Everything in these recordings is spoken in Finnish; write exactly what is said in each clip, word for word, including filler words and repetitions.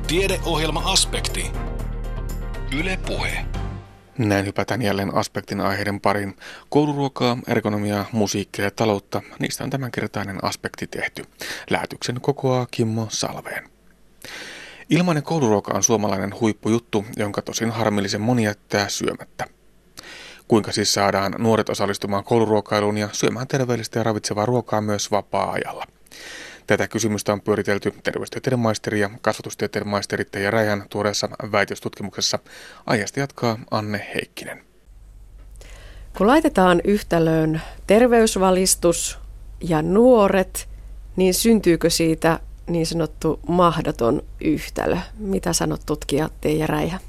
Tiedeohjelma-aspekti. Yle Puhe. Näin hypätään jälleen aspektin aiheiden pariin. Kouluruokaa, ergonomiaa, musiikkia ja taloutta, niistä on tämänkertainen aspekti tehty. Lähetyksen kokoaa Kimmo Salveen. Ilmainen kouluruoka on suomalainen huippujuttu, jonka tosin harmillisen moni jättää syömättä. Kuinka siis saadaan nuoret osallistumaan kouluruokailuun ja syömään terveellistä ja ravitsevaa ruokaa myös vapaa-ajalla? Tätä kysymystä on pyöritelty terveystieteiden maisteri ja kasvatustieteiden maisteri Teija Räihän tuoreessa väitöstutkimuksessa. Aiheesta jatkaa Anne Heikkinen. Kun laitetaan yhtälöön terveysvalistus ja nuoret, niin syntyykö siitä niin sanottu mahdoton yhtälö? Mitä sanot tutkija Teija Räihä?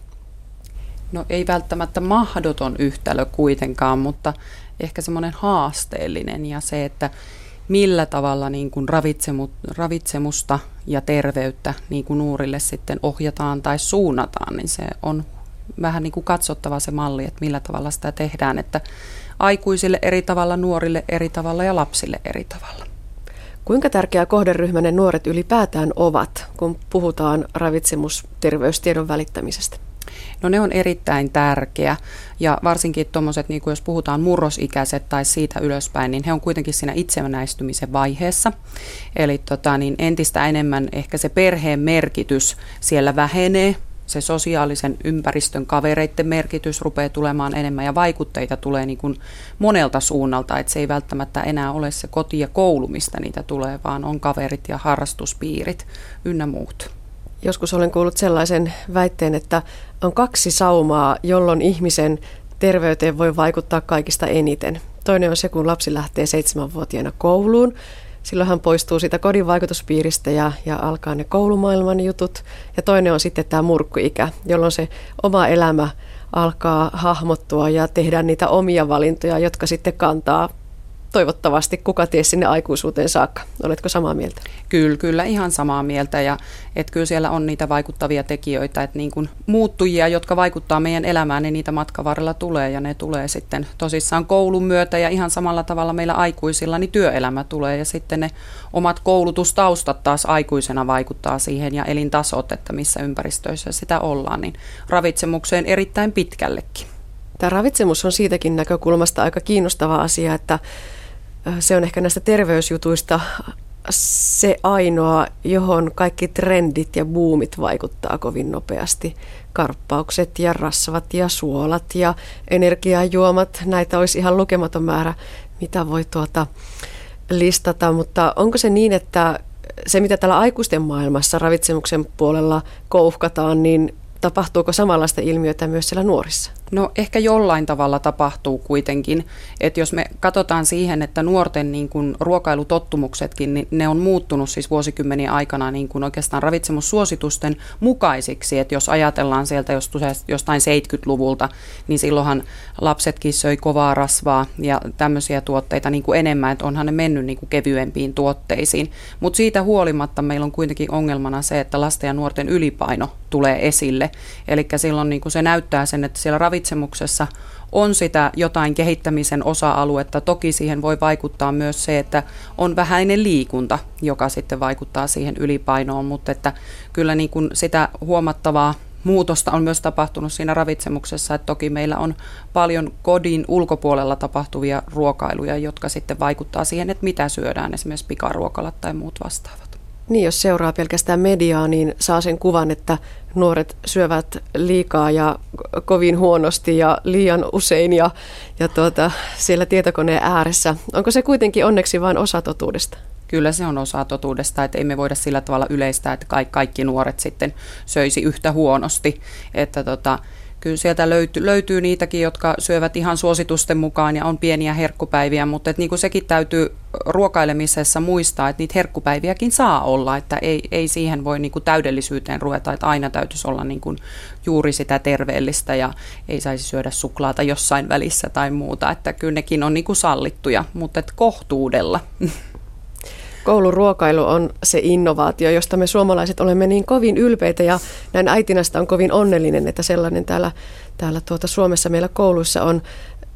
No ei välttämättä mahdoton yhtälö kuitenkaan, mutta ehkä semmoinen haasteellinen ja se, että millä tavalla niin kuin ravitsemu, ravitsemusta ja terveyttä niin kuin nuorille sitten ohjataan tai suunnataan, niin se on vähän niin kuin katsottava se malli, että millä tavalla sitä tehdään, että aikuisille eri tavalla, nuorille eri tavalla ja lapsille eri tavalla. Kuinka tärkeä kohderyhmä ne nuoret ylipäätään ovat, kun puhutaan ravitsemusterveystiedon välittämisestä? No ne on erittäin tärkeä ja varsinkin tuommoiset, niin kuin jos puhutaan murrosikäiset tai siitä ylöspäin, niin he on kuitenkin siinä itsenäistymisen vaiheessa. Eli tota, niin entistä enemmän ehkä se perheen merkitys siellä vähenee, se sosiaalisen ympäristön kavereiden merkitys rupeaa tulemaan enemmän ja vaikutteita tulee niin kuin monelta suunnalta, että se ei välttämättä enää ole se koti ja koulu, mistä niitä tulee, vaan on kaverit ja harrastuspiirit ynnä muut. Joskus olen kuullut sellaisen väitteen, että on kaksi saumaa, jolloin ihmisen terveyteen voi vaikuttaa kaikista eniten. Toinen on se, kun lapsi lähtee seitsemänvuotiaana kouluun. Silloin hän poistuu siitä kodin vaikutuspiiristä ja, ja alkaa ne koulumaailman jutut. Ja toinen on sitten tämä murkkuikä, jolloin se oma elämä alkaa hahmottua ja tehdä niitä omia valintoja, jotka sitten kantaa toivottavasti kuka ties sinne aikuisuuteen saakka. Oletko samaa mieltä? Kyllä, kyllä ihan samaa mieltä ja että kyllä siellä on niitä vaikuttavia tekijöitä, että niin kuin muuttujia, jotka vaikuttaa meidän elämään, niin niitä matkan varrella tulee ja ne tulee sitten tosissaan koulun myötä ja ihan samalla tavalla meillä aikuisilla niin työelämä tulee ja sitten ne omat koulutustaustat taas aikuisena vaikuttaa siihen ja elintasot, että missä ympäristöissä sitä ollaan, niin ravitsemukseen erittäin pitkällekin. Tämä ravitsemus on siitäkin näkökulmasta aika kiinnostava asia, että se on ehkä näistä terveysjutuista se ainoa, johon kaikki trendit ja buumit vaikuttaa kovin nopeasti. Karppaukset ja rasvat ja suolat ja energiajuomat, näitä olisi ihan lukematon määrä, mitä voi tuota listata. Mutta onko se niin, että se mitä täällä aikuisten maailmassa ravitsemuksen puolella kouhkataan, niin tapahtuuko samanlaista ilmiötä myös siellä nuorissa? No ehkä jollain tavalla tapahtuu kuitenkin, että jos me katsotaan siihen, että nuorten niin kuin ruokailutottumuksetkin, niin ne on muuttunut siis vuosikymmenien aikana niin kuin oikeastaan ravitsemussuositusten mukaisiksi, että jos ajatellaan sieltä jostain seitsemänkymmentäluvulta, niin silloinhan lapsetkin söi kovaa rasvaa ja tämmöisiä tuotteita niin kuin enemmän, että onhan ne mennyt niin kuin kevyempiin tuotteisiin, mutta siitä huolimatta meillä on kuitenkin ongelmana se, että lasten ja nuorten ylipaino tulee esille, eli silloin niin kuin se näyttää sen, että siellä ravitsemuksessa on sitä jotain kehittämisen osa-aluetta. Toki siihen voi vaikuttaa myös se, että on vähäinen liikunta, joka sitten vaikuttaa siihen ylipainoon, mutta että kyllä niin kuin sitä huomattavaa muutosta on myös tapahtunut siinä ravitsemuksessa, että toki meillä on paljon kodin ulkopuolella tapahtuvia ruokailuja, jotka sitten vaikuttaa siihen, että mitä syödään, esimerkiksi pikaruokalat tai muut vastaavat. Niin, jos seuraa pelkästään mediaa, niin saa sen kuvan, että nuoret syövät liikaa ja kovin huonosti ja liian usein ja, ja tuota, siellä tietokoneen ääressä. Onko se kuitenkin onneksi vain osa totuudesta? Kyllä se on osa totuudesta, että ei me voida sillä tavalla yleistää, että kaikki, kaikki nuoret sitten söisi yhtä huonosti, että tota, kyllä sieltä löytyy, löytyy niitäkin, jotka syövät ihan suositusten mukaan ja on pieniä herkkupäiviä, mutta että niin kuin sekin täytyy ruokailemisessa muistaa, että niitä herkkupäiviäkin saa olla, että ei, ei siihen voi niin kuin täydellisyyteen ruveta, että aina täytyisi olla niin kuin juuri sitä terveellistä ja ei saisi syödä suklaata jossain välissä tai muuta, että kyllä nekin on niin kuin sallittuja, mutta että kohtuudella. Kouluruokailu on se innovaatio, josta me suomalaiset olemme niin kovin ylpeitä ja näin äitinä sitä on kovin onnellinen, että sellainen täällä, täällä tuota Suomessa meillä kouluissa on.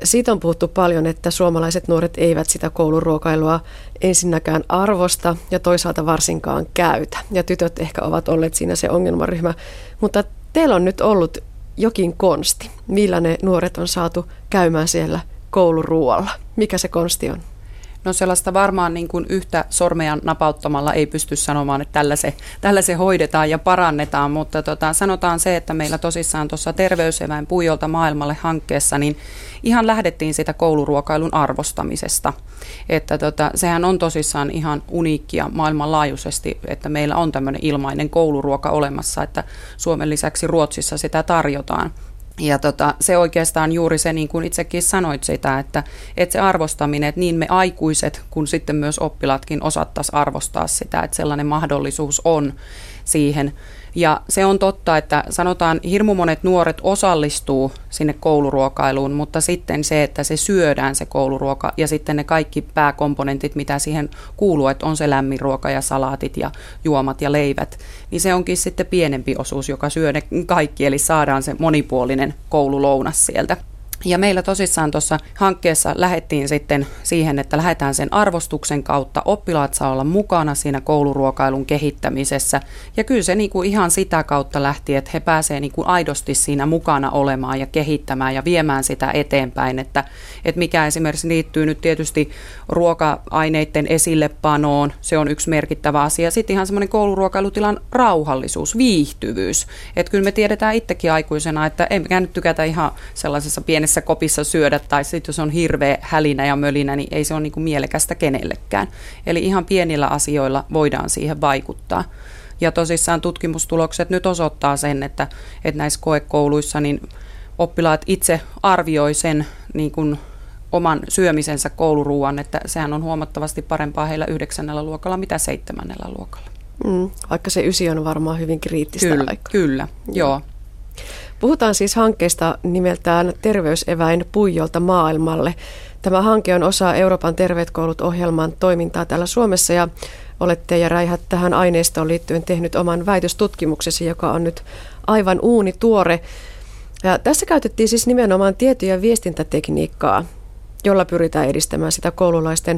Siitä on puhuttu paljon, että suomalaiset nuoret eivät sitä kouluruokailua ensinnäkään arvosta ja toisaalta varsinkaan käytä. Ja tytöt ehkä ovat olleet siinä se ongelmaryhmä. Mutta teillä on nyt ollut jokin konsti, millä ne nuoret on saatu käymään siellä kouluruoalla. Mikä se konsti on? No sellaista varmaan niin kuin yhtä sormea napauttamalla ei pysty sanomaan, että tällä se, tällä se hoidetaan ja parannetaan, mutta tota, sanotaan se, että meillä tosissaan tuossa Terveyseväin Puijolta maailmalle -hankkeessa niin ihan lähdettiin sitä kouluruokailun arvostamisesta. Että tota, sehän on tosissaan ihan uniikkia maailmanlaajuisesti, että meillä on tämmöinen ilmainen kouluruoka olemassa, että Suomen lisäksi Ruotsissa sitä tarjotaan. Ja tota, se oikeastaan juuri se, niin kuin itsekin sanoit sitä, että, että se arvostaminen, että niin me aikuiset kuin sitten myös oppilaatkin osattaisiin arvostaa sitä, että sellainen mahdollisuus on siihen. Ja se on totta, että sanotaan hirmu monet nuoret osallistuu sinne kouluruokailuun, mutta sitten se, että se syödään se kouluruoka ja sitten ne kaikki pääkomponentit, mitä siihen kuuluu, että on se lämmin ruoka ja salaatit ja juomat ja leivät, niin se onkin sitten pienempi osuus, joka syö ne kaikki, eli saadaan se monipuolinen koululounas sieltä. Ja meillä tosissaan tuossa hankkeessa lähdettiin sitten siihen, että lähdetään sen arvostuksen kautta. Oppilaat saa olla mukana siinä kouluruokailun kehittämisessä. Ja kyllä se niinku ihan sitä kautta lähti, että he pääsevät niinku aidosti siinä mukana olemaan ja kehittämään ja viemään sitä eteenpäin. Että, että mikä esimerkiksi liittyy nyt tietysti ruoka-aineiden esillepanoon, se on yksi merkittävä asia. Sitten ihan semmoinen kouluruokailutilan rauhallisuus, viihtyvyys. Että kyllä me tiedetään itsekin aikuisena, että ei mekään nyt tykätä ihan sellaisessa pienessä kopissa syödä, tai sitten jos on hirveä hälinä ja mölinä, niin ei se ole niin kuin mielekästä kenellekään. Eli ihan pienillä asioilla voidaan siihen vaikuttaa. Ja tosissaan tutkimustulokset nyt osoittaa sen, että, että näissä koekouluissa niin oppilaat itse arvioi sen niin kuin oman syömisensä kouluruuan, että sehän on huomattavasti parempaa heillä yhdeksännellä luokalla mitä seitsemännellä luokalla. Mm, vaikka se ysi on varmaan hyvin kriittistä kyllä, aikaa. Kyllä, mm. joo. Puhutaan siis hankkeesta nimeltään Terveyseväin Puijolta maailmalle. Tämä hanke on osa Euroopan terveet koulut -ohjelman toimintaa täällä Suomessa ja olette ja Räihät tähän aineistoon liittyen tehnyt oman väitöstutkimuksesi, joka on nyt aivan uunituore. Ja tässä käytettiin siis nimenomaan tieto- ja viestintätekniikkaa, jolla pyritään edistämään sitä koululaisten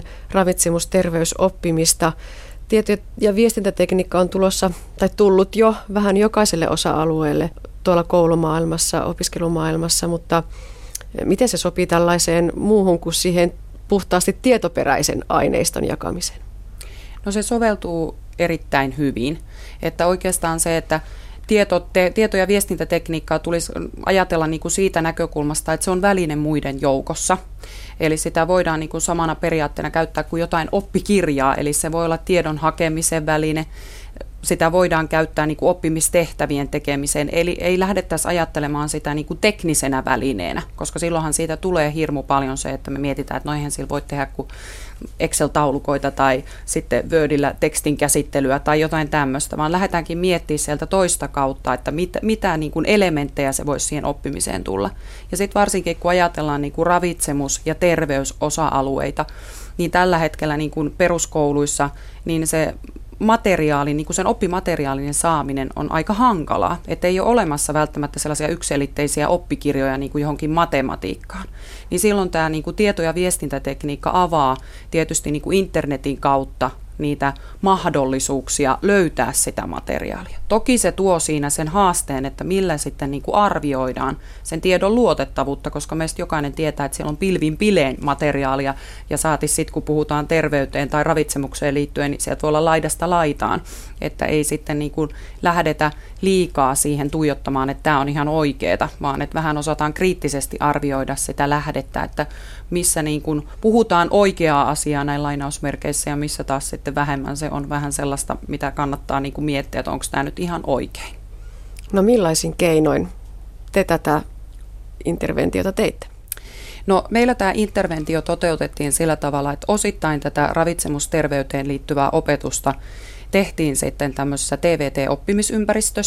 ravitsemusterveysoppimista. Tieto- ja viestintätekniikka on tulossa tai tullut jo vähän jokaiselle osa-alueelle tuolla koulumaailmassa, opiskelumaailmassa, mutta miten se sopii tällaiseen muuhun kuin siihen puhtaasti tietoperäisen aineiston jakamiseen? No se soveltuu erittäin hyvin, että oikeastaan se, että Tieto, te, tieto- ja viestintätekniikkaa tulisi ajatella niin kuin siitä näkökulmasta, että se on väline muiden joukossa. Eli sitä voidaan niin kuin samana periaatteena käyttää kuin jotain oppikirjaa, eli se voi olla tiedon hakemisen väline. Sitä voidaan käyttää niin kuin oppimistehtävien tekemiseen, eli ei lähdettäisi ajattelemaan sitä niin kuin teknisenä välineenä, koska silloinhan siitä tulee hirmu paljon se, että me mietitään, että no eihän sillä voi tehdä kuin Excel-taulukoita tai sitten Wordillä tekstin käsittelyä tai jotain tämmöistä, vaan lähdetäänkin miettimään sieltä toista kautta, että mit, mitä niin kuin elementtejä se voisi siihen oppimiseen tulla. Ja sitten varsinkin, kun ajatellaan niin kuin ravitsemus- ja terveysosa-alueita, niin tällä hetkellä niin kuin peruskouluissa niin se materiaali, niin kuin sen oppimateriaalinen saaminen on aika hankalaa, että ei ole olemassa välttämättä sellaisia yksiselitteisiä oppikirjoja niin kuin johonkin matematiikkaan. Niin silloin tämä niin kuin tieto- ja viestintätekniikka avaa tietysti niin kuin internetin kautta niitä mahdollisuuksia löytää sitä materiaalia. Toki se tuo siinä sen haasteen, että millä sitten niin kuin arvioidaan sen tiedon luotettavuutta, koska meistä jokainen tietää, että siellä on pilvin pileen materiaalia, ja saati sitten, kun puhutaan terveyteen tai ravitsemukseen liittyen, niin sieltä voi olla laidasta laitaan, että ei sitten niin kuin lähdetä liikaa siihen tuijottamaan, että tämä on ihan oikeeta, vaan että vähän osataan kriittisesti arvioida sitä lähdettä, että missä niin kuin puhutaan oikeaa asiaa näin lainausmerkeissä ja missä taas sitten vähemmän se on vähän sellaista, mitä kannattaa niin kuin miettiä, että onko tämä nyt ihan oikein. No millaisin keinoin te tätä interventiota teitte? No meillä tämä interventio toteutettiin sillä tavalla, että osittain tätä ravitsemusterveyteen liittyvää opetusta tehtiin sitten tämmöisessä T V T-oppimisympäristössä.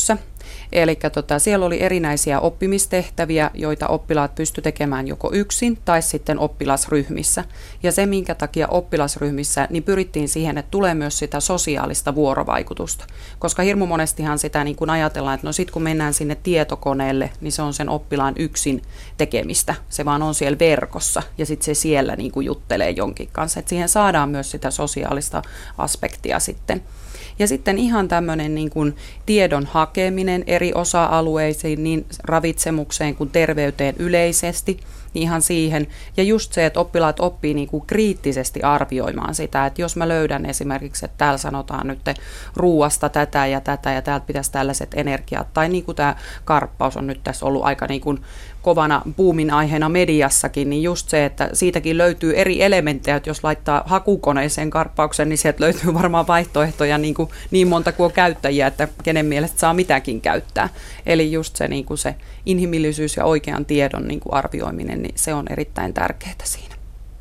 Eli tota, siellä oli erinäisiä oppimistehtäviä, joita oppilaat pysty tekemään joko yksin tai sitten oppilasryhmissä. Ja se, minkä takia oppilasryhmissä, niin pyrittiin siihen, että tulee myös sitä sosiaalista vuorovaikutusta. Koska hirmu monestihan sitä niin kun ajatellaan, että no sit kun mennään sinne tietokoneelle, niin se on sen oppilaan yksin tekemistä. Se vaan on siellä verkossa ja sitten se siellä niin kun juttelee jonkin kanssa. Että siihen saadaan myös sitä sosiaalista aspektia sitten. Ja sitten ihan tämmöinen niin kuin tiedon hakeminen eri osa-alueisiin, niin ravitsemukseen kuin terveyteen yleisesti, niin ihan siihen. Ja just se, että oppilaat oppii niin kuin kriittisesti arvioimaan sitä, että jos mä löydän esimerkiksi, että täällä sanotaan nyt ruuasta tätä ja tätä ja täältä pitäisi tällaiset energiat, tai niin kuin tämä karppaus on nyt tässä ollut aika niin kuin kovana boomin aiheena mediassakin, niin just se, että siitäkin löytyy eri elementtejä, että jos laittaa hakukoneeseen karppauksen, niin sieltä löytyy varmaan vaihtoehtoja niin, kuin niin monta kuin on käyttäjiä, että kenen mielestä saa mitäkin käyttää. Eli just se, niin kuin se inhimillisyys ja oikean tiedon niin kuin arvioiminen, niin se on erittäin tärkeää siinä.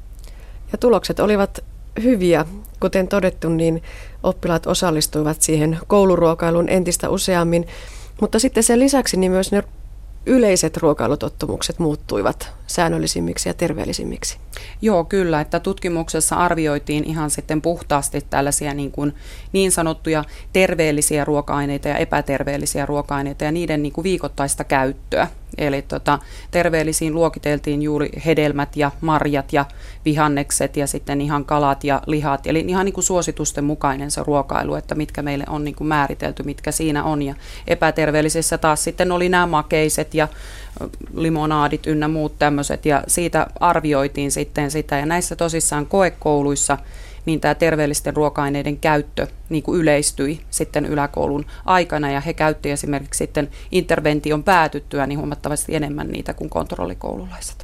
Ja tulokset olivat hyviä. Kuten todettu, niin oppilaat osallistuivat siihen kouluruokailuun entistä useammin, mutta sitten sen lisäksi niin myös ne yleiset ruokailutottumukset muuttuivat säännöllisimmiksi ja terveellisimmiksi. Joo, kyllä, että tutkimuksessa arvioitiin ihan sitten puhtaasti tällaisia niin, kuin niin sanottuja terveellisiä ruoka-aineita ja epäterveellisiä ruoka-aineita ja niiden niin kuin viikoittaista käyttöä. Eli tota, terveellisiin luokiteltiin juuri hedelmät ja marjat ja vihannekset ja sitten ihan kalat ja lihat. Eli ihan niin kuin suositusten mukainen se ruokailu, että mitkä meille on niin kuin määritelty, mitkä siinä on. Ja epäterveellisissä taas sitten oli nämä makeiset ja limonaadit ynnä muut tämmöiset ja siitä arvioitiin sitten sitä. Ja näissä tosissaan koekouluissa niin tämä terveellisten ruoka-aineiden käyttö niin kuin yleistyi sitten yläkoulun aikana ja he käytti esimerkiksi sitten intervention päätyttyä niin huomattavasti enemmän niitä kuin kontrollikoululaiset.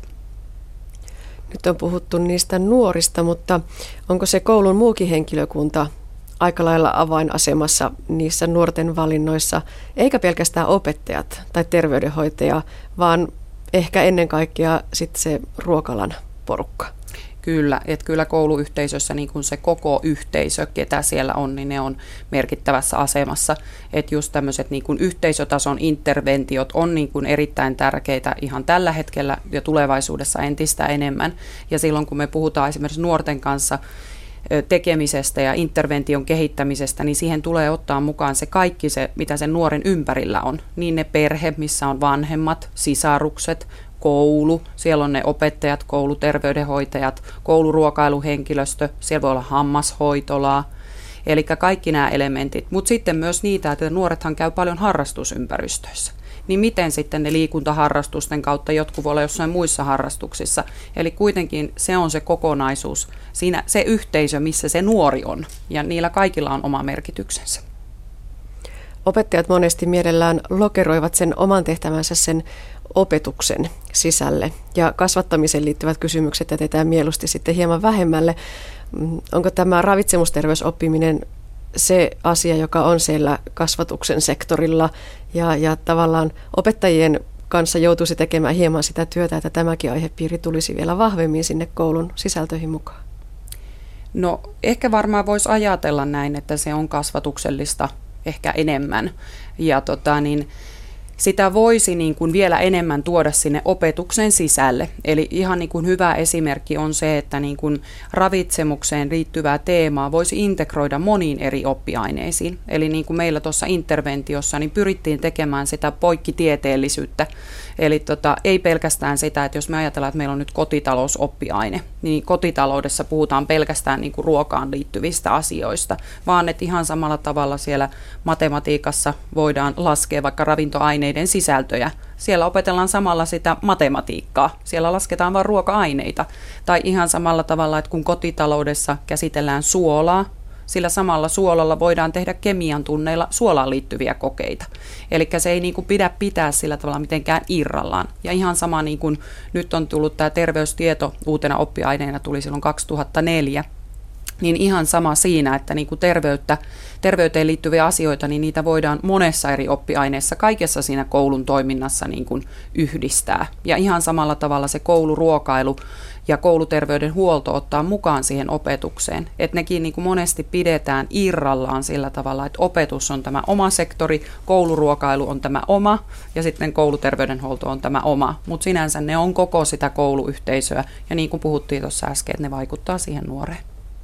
Nyt on puhuttu niistä nuorista, mutta onko se koulun muukin henkilökunta aika lailla avainasemassa niissä nuorten valinnoissa, eikä pelkästään opettajat tai terveydenhoitaja, vaan ehkä ennen kaikkea sitten se ruokalan porukka? Kyllä, että kyllä kouluyhteisössä niin kuin se koko yhteisö, ketä siellä on, niin ne on merkittävässä asemassa. Että just tämmöiset niin kuin yhteisötason interventiot on niin kuin erittäin tärkeitä ihan tällä hetkellä ja tulevaisuudessa entistä enemmän. Ja silloin kun me puhutaan esimerkiksi nuorten kanssa tekemisestä ja intervention kehittämisestä, niin siihen tulee ottaa mukaan se kaikki se, mitä sen nuoren ympärillä on. Niin ne perhe, missä on vanhemmat, sisarukset, koulu, siellä on ne opettajat, kouluterveydenhoitajat, kouluruokailuhenkilöstö, siellä voi olla hammashoitolaa, eli kaikki nämä elementit. Mutta sitten myös niitä, että nuorethan käy paljon harrastusympäristöissä. Niin miten sitten ne liikuntaharrastusten kautta, jotkut voi olla jossain muissa harrastuksissa. Eli kuitenkin se on se kokonaisuus, siinä se yhteisö, missä se nuori on, ja niillä kaikilla on oma merkityksensä. Opettajat monesti mielellään lokeroivat sen oman tehtävänsä sen opetuksen sisälle ja kasvattamiseen liittyvät kysymykset jätetään mieluusti sitten hieman vähemmälle. Onko tämä ravitsemusterveysoppiminen se asia, joka on siellä kasvatuksen sektorilla ja, ja tavallaan opettajien kanssa joutuisi tekemään hieman sitä työtä, että tämäkin aihepiiri tulisi vielä vahvemmin sinne koulun sisältöihin mukaan? No ehkä varmaan voisi ajatella näin, että se on kasvatuksellista ehkä enemmän ja tota niin, sitä voisi niin kuin vielä enemmän tuoda sinne opetuksen sisälle. Eli ihan niin kuin hyvä esimerkki on se, että niin kuin ravitsemukseen liittyvää teemaa voisi integroida moniin eri oppiaineisiin. Eli niin kuin meillä tuossa interventiossa niin pyrittiin tekemään sitä poikkitieteellisyyttä. Eli tota, ei pelkästään sitä, että jos me ajatellaan, että meillä on nyt kotitalousoppiaine, niin kotitaloudessa puhutaan pelkästään niin kuin ruokaan liittyvistä asioista, vaan että ihan samalla tavalla siellä matematiikassa voidaan laskea vaikka ravintoaineiden sisältöjä. Siellä opetellaan samalla sitä matematiikkaa, siellä lasketaan vain ruoka-aineita. Tai ihan samalla tavalla, että kun kotitaloudessa käsitellään suolaa, sillä samalla suolalla voidaan tehdä kemian tunneilla suolaan liittyviä kokeita. Eli se ei niin kuin pidä pitää sillä tavalla mitenkään irrallaan. Ja ihan sama niin kuin nyt on tullut tämä terveystieto uutena oppiaineena, tuli silloin kaksituhattaneljä. Niin ihan sama siinä, että niin kuin terveyttä, terveyteen liittyviä asioita, niin niitä voidaan monessa eri oppiaineessa, kaikessa siinä koulun toiminnassa niin kuin yhdistää. Ja ihan samalla tavalla se kouluruokailu ja kouluterveydenhuolto ottaa mukaan siihen opetukseen. Että nekin niin kuin monesti pidetään irrallaan sillä tavalla, että opetus on tämä oma sektori, kouluruokailu on tämä oma ja sitten kouluterveydenhuolto on tämä oma. Mutta sinänsä ne on koko sitä kouluyhteisöä ja niin kuin puhuttiin tuossa äsken, että ne vaikuttaa siihen nuoreen.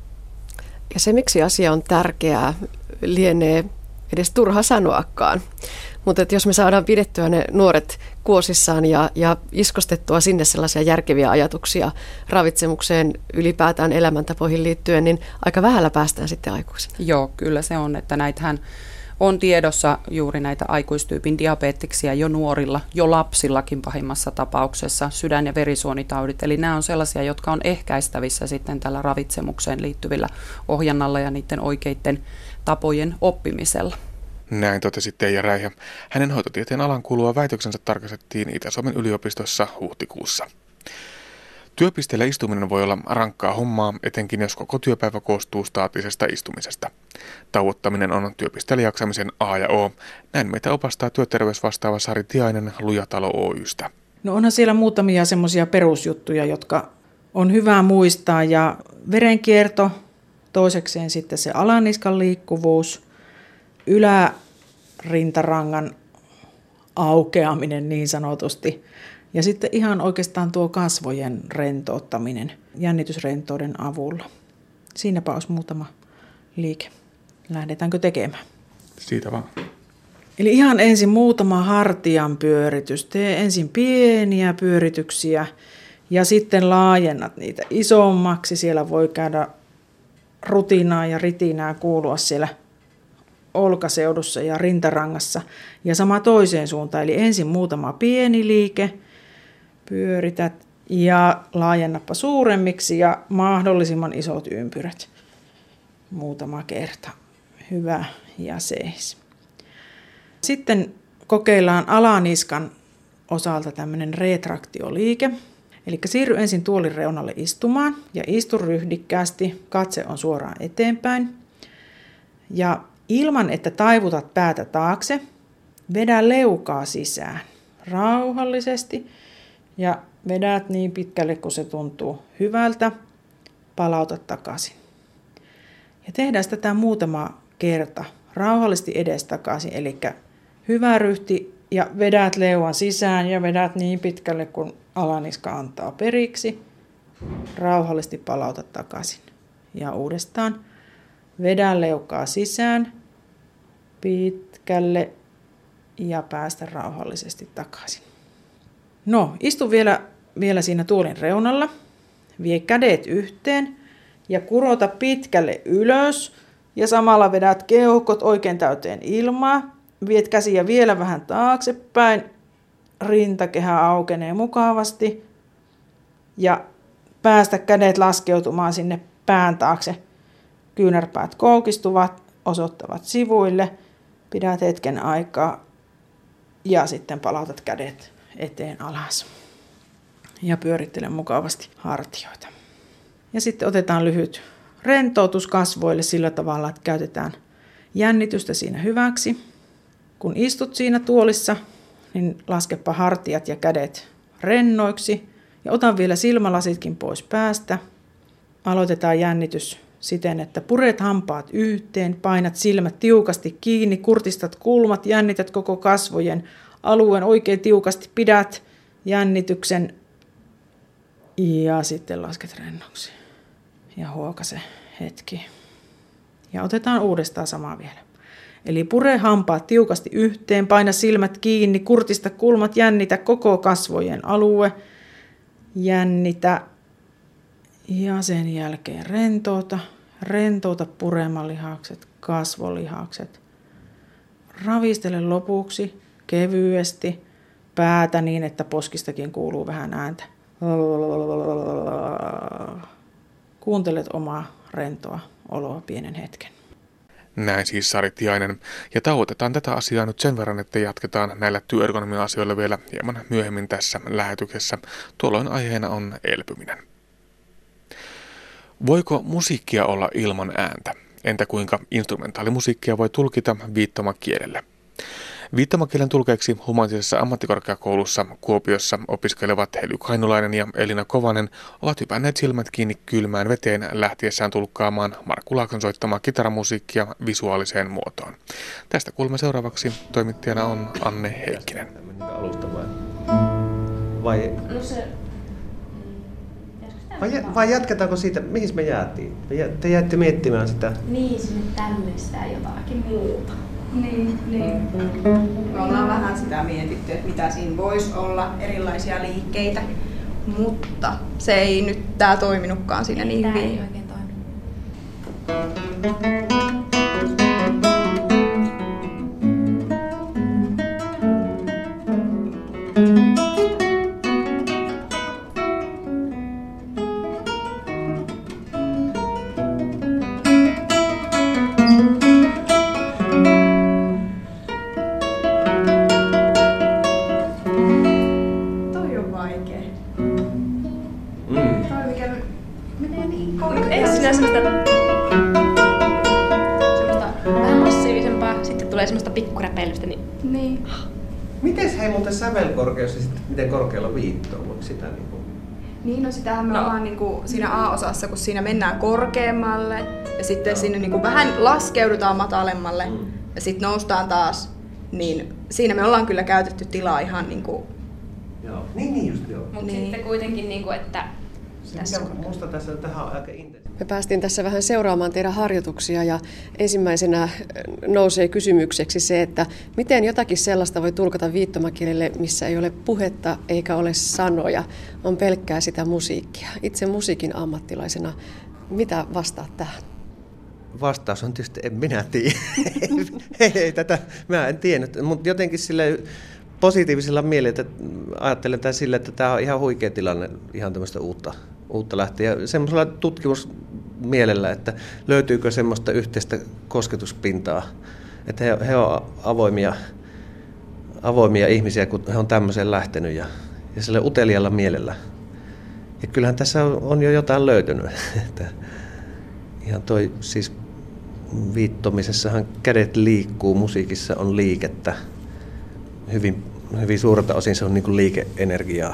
Ja se, miksi asia on tärkeää, lienee edes turha sanoakaan. Mutta jos me saadaan pidettyä ne nuoret kuosissaan ja, ja iskostettua sinne sellaisia järkeviä ajatuksia ravitsemukseen ylipäätään elämäntapoihin liittyen, niin aika vähällä päästään sitten aikuisena. Joo, kyllä se on, että näitähän on tiedossa juuri näitä aikuistyypin diabeteksia jo nuorilla, jo lapsillakin pahimmassa tapauksessa, sydän- ja verisuonitaudit. Eli nämä on sellaisia, jotka on ehkäistävissä sitten tällä ravitsemukseen liittyvillä ohjannalla ja niiden oikeiden tapojen oppimisella. Näin totesi Teija Räihä. Hänen hoitotieteen alan kuuluva väitöksensä tarkastettiin Itä-Suomen yliopistossa huhtikuussa. Työpisteellä istuminen voi olla rankkaa hommaa, etenkin jos koko työpäivä koostuu staattisesta istumisesta. Tauottaminen on työpisteellä jaksamisen A ja O. Näin meitä opastaa työterveysvastaava Sari Tiainen Lujatalo Oy:stä. No onhan siellä muutamia semmoisia perusjuttuja, jotka on hyvä muistaa. Ja verenkierto, toisekseen sitten se alaniskan liikkuvuus, ylärintarangan aukeaminen niin sanotusti. Ja sitten ihan oikeastaan tuo kasvojen rentouttaminen jännitysrentouden avulla. Siinäpä olisi muutama liike. Lähdetäänkö tekemään? Siitä vaan. Eli ihan ensin muutama hartian pyöritys. Tee ensin pieniä pyörityksiä ja sitten laajennat niitä isommaksi. Siellä voi käydä rutinaa ja ritinää kuulua siellä olkaseudussa ja rintarangassa. Ja sama toiseen suuntaan. Eli ensin muutama pieni liike. Pyörität ja laajennappa suuremmiksi ja mahdollisimman isot ympyrät. Muutama kerta. Hyvä ja seis. Sitten kokeillaan alaniskan osalta tämmöinen retraktioliike. Eli siirry ensin tuolin reunalle istumaan ja istu ryhdikkäästi. Katse on suoraan eteenpäin. Ja ilman, että taivutat päätä taakse, vedä leukaa sisään rauhallisesti. Ja vedät niin pitkälle, kun se tuntuu hyvältä. Palauta takaisin. Ja tehdään tätä muutama kerta. Rauhallisesti edestakaisin. Eli hyvä ryhti ja vedät leuan sisään ja vedät niin pitkälle, kun alaniska antaa periksi. Rauhallisesti palauta takaisin. Ja uudestaan. Vedä leukaa sisään pitkälle ja päästä rauhallisesti takaisin. No, istu vielä, vielä siinä tuolin reunalla. Vie kädet yhteen ja kurota pitkälle ylös. Ja samalla vedät keuhkot oikein täyteen ilmaa. Viet käsiä vielä vähän taaksepäin. Rintakehä aukenee mukavasti. Ja päästä kädet laskeutumaan sinne pään taakse. Kyynärpäät koukistuvat, osoittavat sivuille. Pidät hetken aikaa ja sitten palautat kädet eteen alas. Ja pyörittele mukavasti hartioita. Ja sitten otetaan lyhyt rentoutus kasvoille sillä tavalla, että käytetään jännitystä siinä hyväksi. Kun istut siinä tuolissa, niin laskepa hartiat ja kädet rennoiksi. Ja otan vielä silmälasitkin pois päästä. Aloitetaan jännitys siten, että puret hampaat yhteen, painat silmät tiukasti kiinni, kurtistat kulmat, jännität koko kasvojen alueen oikein tiukasti, pidät jännityksen ja sitten lasket rennoksi. Ja huokase hetki. Ja otetaan uudestaan sama vielä. Eli pure hampaat tiukasti yhteen, paina silmät kiinni, kurtista kulmat, jännitä koko kasvojen alue. Jännitä. Ja sen jälkeen rentouta. Rentouta puremalihakset, kasvolihakset. Ravistele lopuksi kevyesti päätä niin, että poskistakin kuuluu vähän ääntä. Kuuntelet omaa rentoa oloa pienen hetken. Näin siis Sari Tiainen. Ja tauotetaan tätä asiaa nyt sen verran, että jatketaan näillä työergonomia-asioilla vielä hieman myöhemmin tässä lähetyksessä. Tuolloin aiheena on elpyminen. Voiko musiikkia olla ilman ääntä? Entä kuinka instrumentaalimusiikkia voi tulkita viittomakielellä? Viittomakielen tulkeiksi Humanistisessa ammattikorkeakoulussa Kuopiossa opiskelevat Hely Kainulainen ja Elina Kovanen ovat hypänneet silmät kiinni kylmään veteen lähtiessään tulkkaamaan Markku Laakson soittamaa kitaramusiikkia visuaaliseen muotoon. Tästä kuulemme seuraavaksi. Toimittajana on Anne Heikkinen. Vai, No se... vai, vai jatketaanko siitä, mihin me jäätiin? Te jäätte miettimään sitä. Niin, sinne tänne sitä jotakin muuta. Niin, niin. Me ollaan vähän sitä mietitty, että mitä siinä voisi olla, erilaisia liikkeitä, mutta se ei nyt tää toiminutkaan siinä niin Tää hyvin. ei oikein toimi. Toi on vaikee. Mm. Toi mikä menee niin Ensin semmoista, semmoista vähän massiivisempaa, sitten tulee semmoista pikkuräpeilystä. Niin... Niin. Miten hei muuten sävelkorkeus ja sitten miten korkealla viitto on sitä niinku? Niin, no sitähän me No. ollaan niinku siinä A-osassa, kun siinä mennään korkeammalle ja sitten sinne niinku vähän laskeudutaan matalemmalle Mm. ja sitten noustaan taas, niin siinä me ollaan kyllä käytetty tilaa ihan niinku... Joo. Niin, niin just joo. Mutta Niin. sitten kuitenkin, niinku, että Se tässä mikä musta tässä tähän on aika intensiivistä. Me päästiin tässä vähän seuraamaan teidän harjoituksia ja ensimmäisenä nousee kysymykseksi se, että miten jotakin sellaista voi tulkata viittomakielelle, missä ei ole puhetta eikä ole sanoja, on pelkkää sitä musiikkia. Itse musiikin ammattilaisena, mitä vastaat tähän? Vastaus on tietysti, en minä tiedä. ei, ei, tätä mä en tiennyt, mutta jotenkin sille positiivisella mielellä että ajattelen tämän sille, että tämä on ihan huikea tilanne, ihan tämmöistä uutta, uutta lähteä. Ja semmoisella tutkimusmielellä, että löytyykö semmoista yhteistä kosketuspintaa, että he, he on avoimia, avoimia ihmisiä, kun he on tämmöiseen lähtenyt ja, ja sillä utelialla mielellä. Ja kyllähän tässä on, on jo jotain löytynyt. Että ihan toi siis viittomisessahan kädet liikkuu, musiikissa on liikettä. Hyvin, hyvin suurelta osin se on niin kuin liikeenergiaa.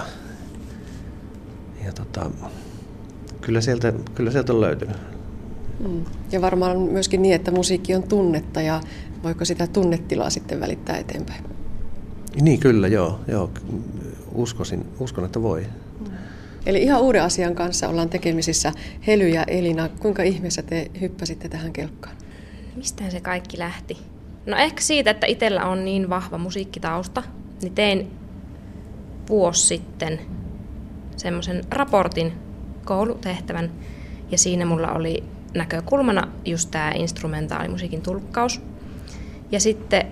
Ja tota, kyllä, sieltä, kyllä sieltä on löytynyt. Mm. Ja varmaan myöskin niin, että musiikki on tunnetta ja voiko sitä tunnetilaa sitten välittää eteenpäin? Niin kyllä, joo. joo. Uskoisin, uskon, että voi. Eli ihan uuden asian kanssa ollaan tekemisissä. Hely ja Elina, kuinka ihmeessä te hyppäsitte tähän kelkkaan? Mistähän se kaikki lähti? No ehkä siitä, että itsellä on niin vahva musiikkitausta, niin tein vuosi sitten semmoisen raportin, koulutehtävän, ja siinä mulla oli näkökulmana just tämä instrumentaalimusiikin tulkkaus. Ja sitten,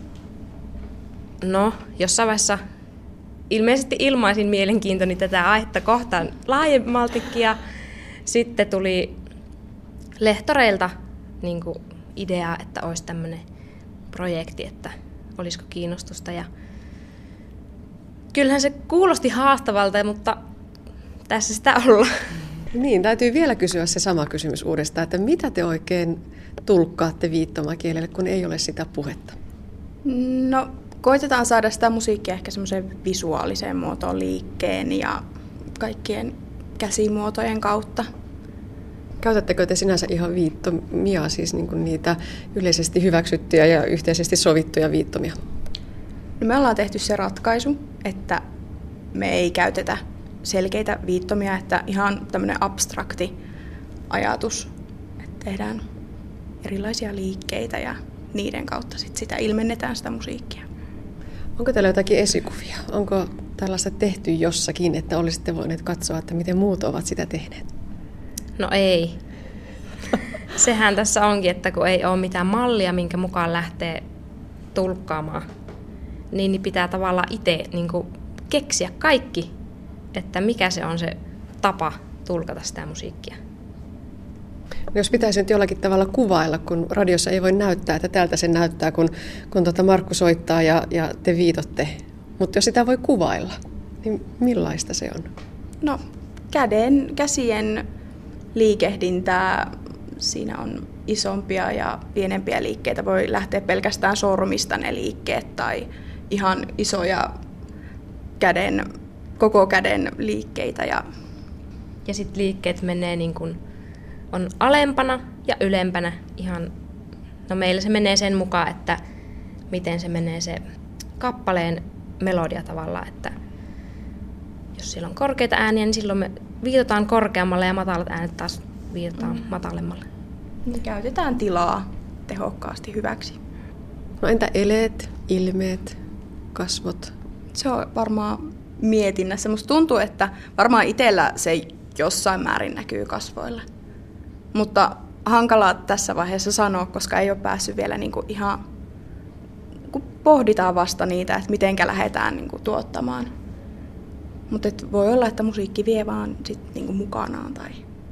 no, jossain vaiheessa ilmeisesti ilmaisin mielenkiintoni tätä aihetta kohtaan laajemmaltikin, ja sitten tuli lehtoreilta niin kuin idea, että olisi tämmöinen projekti, että olisiko kiinnostusta. Ja kyllähän se kuulosti haastavalta, mutta tässä sitä ollaan. Niin, täytyy vielä kysyä se sama kysymys uudestaan, että mitä te oikein tulkkaatte viittomakielelle, kun ei ole sitä puhetta? No, koitetaan saada sitä musiikkia ehkä semmoiseen visuaaliseen muotoon liikkeen ja kaikkien käsimuotojen kautta. Käytättekö te sinänsä ihan viittomia, siis niin kuin niitä yleisesti hyväksyttyjä ja yhteisesti sovittuja viittomia? No me ollaan tehty se ratkaisu, että me ei käytetä selkeitä viittomia, että ihan tämmöinen abstrakti ajatus, että tehdään erilaisia liikkeitä ja niiden kautta sit sitä ilmennetään sitä musiikkia. Onko teillä jotakin esikuvia? Onko tällaista tehty jossakin, että olisitte voineet katsoa, että miten muut ovat sitä tehneet? No ei. Sehän tässä onkin, että kun ei ole mitään mallia, minkä mukaan lähtee tulkkaamaan, niin, niin pitää tavallaan itse niin kuin keksiä kaikki, että mikä se on se tapa tulkata sitä musiikkia. No jos pitäisi nyt jollakin tavalla kuvailla, kun radiossa ei voi näyttää, että täältä se näyttää, kun, kun tuota Markku soittaa ja, ja te viitotte. Mutta jos sitä voi kuvailla, niin millaista se on? No, käden, käsien liikehdintää. Siinä on isompia ja pienempiä liikkeitä. Voi lähteä pelkästään sormista ne liikkeet tai ihan isoja käden, koko käden liikkeitä. Ja, ja sitten liikkeet menee niin kuin on alempana ja ylempänä ihan, no meillä se menee sen mukaan, että miten se menee se kappaleen melodia tavallaan, että jos siellä on korkeita ääniä, niin silloin me viitataan korkeammalle ja matalat äänet taas viitataan mm. matalemmalle. Niin käytetään tilaa tehokkaasti hyväksi. No entä eleet, ilmeet, kasvot? Se on varmaan mietinnässä. Musta tuntuu, että varmaan itsellä se jossain määrin näkyy kasvoilla. Mutta hankalaa tässä vaiheessa sanoa, koska ei ole päässyt vielä niinku ihan, kun pohditaan vasta niitä, että mitenkä lähdetään niinku tuottamaan. Mutta voi olla, että musiikki vie vaan sit niinku mukanaan. Tai...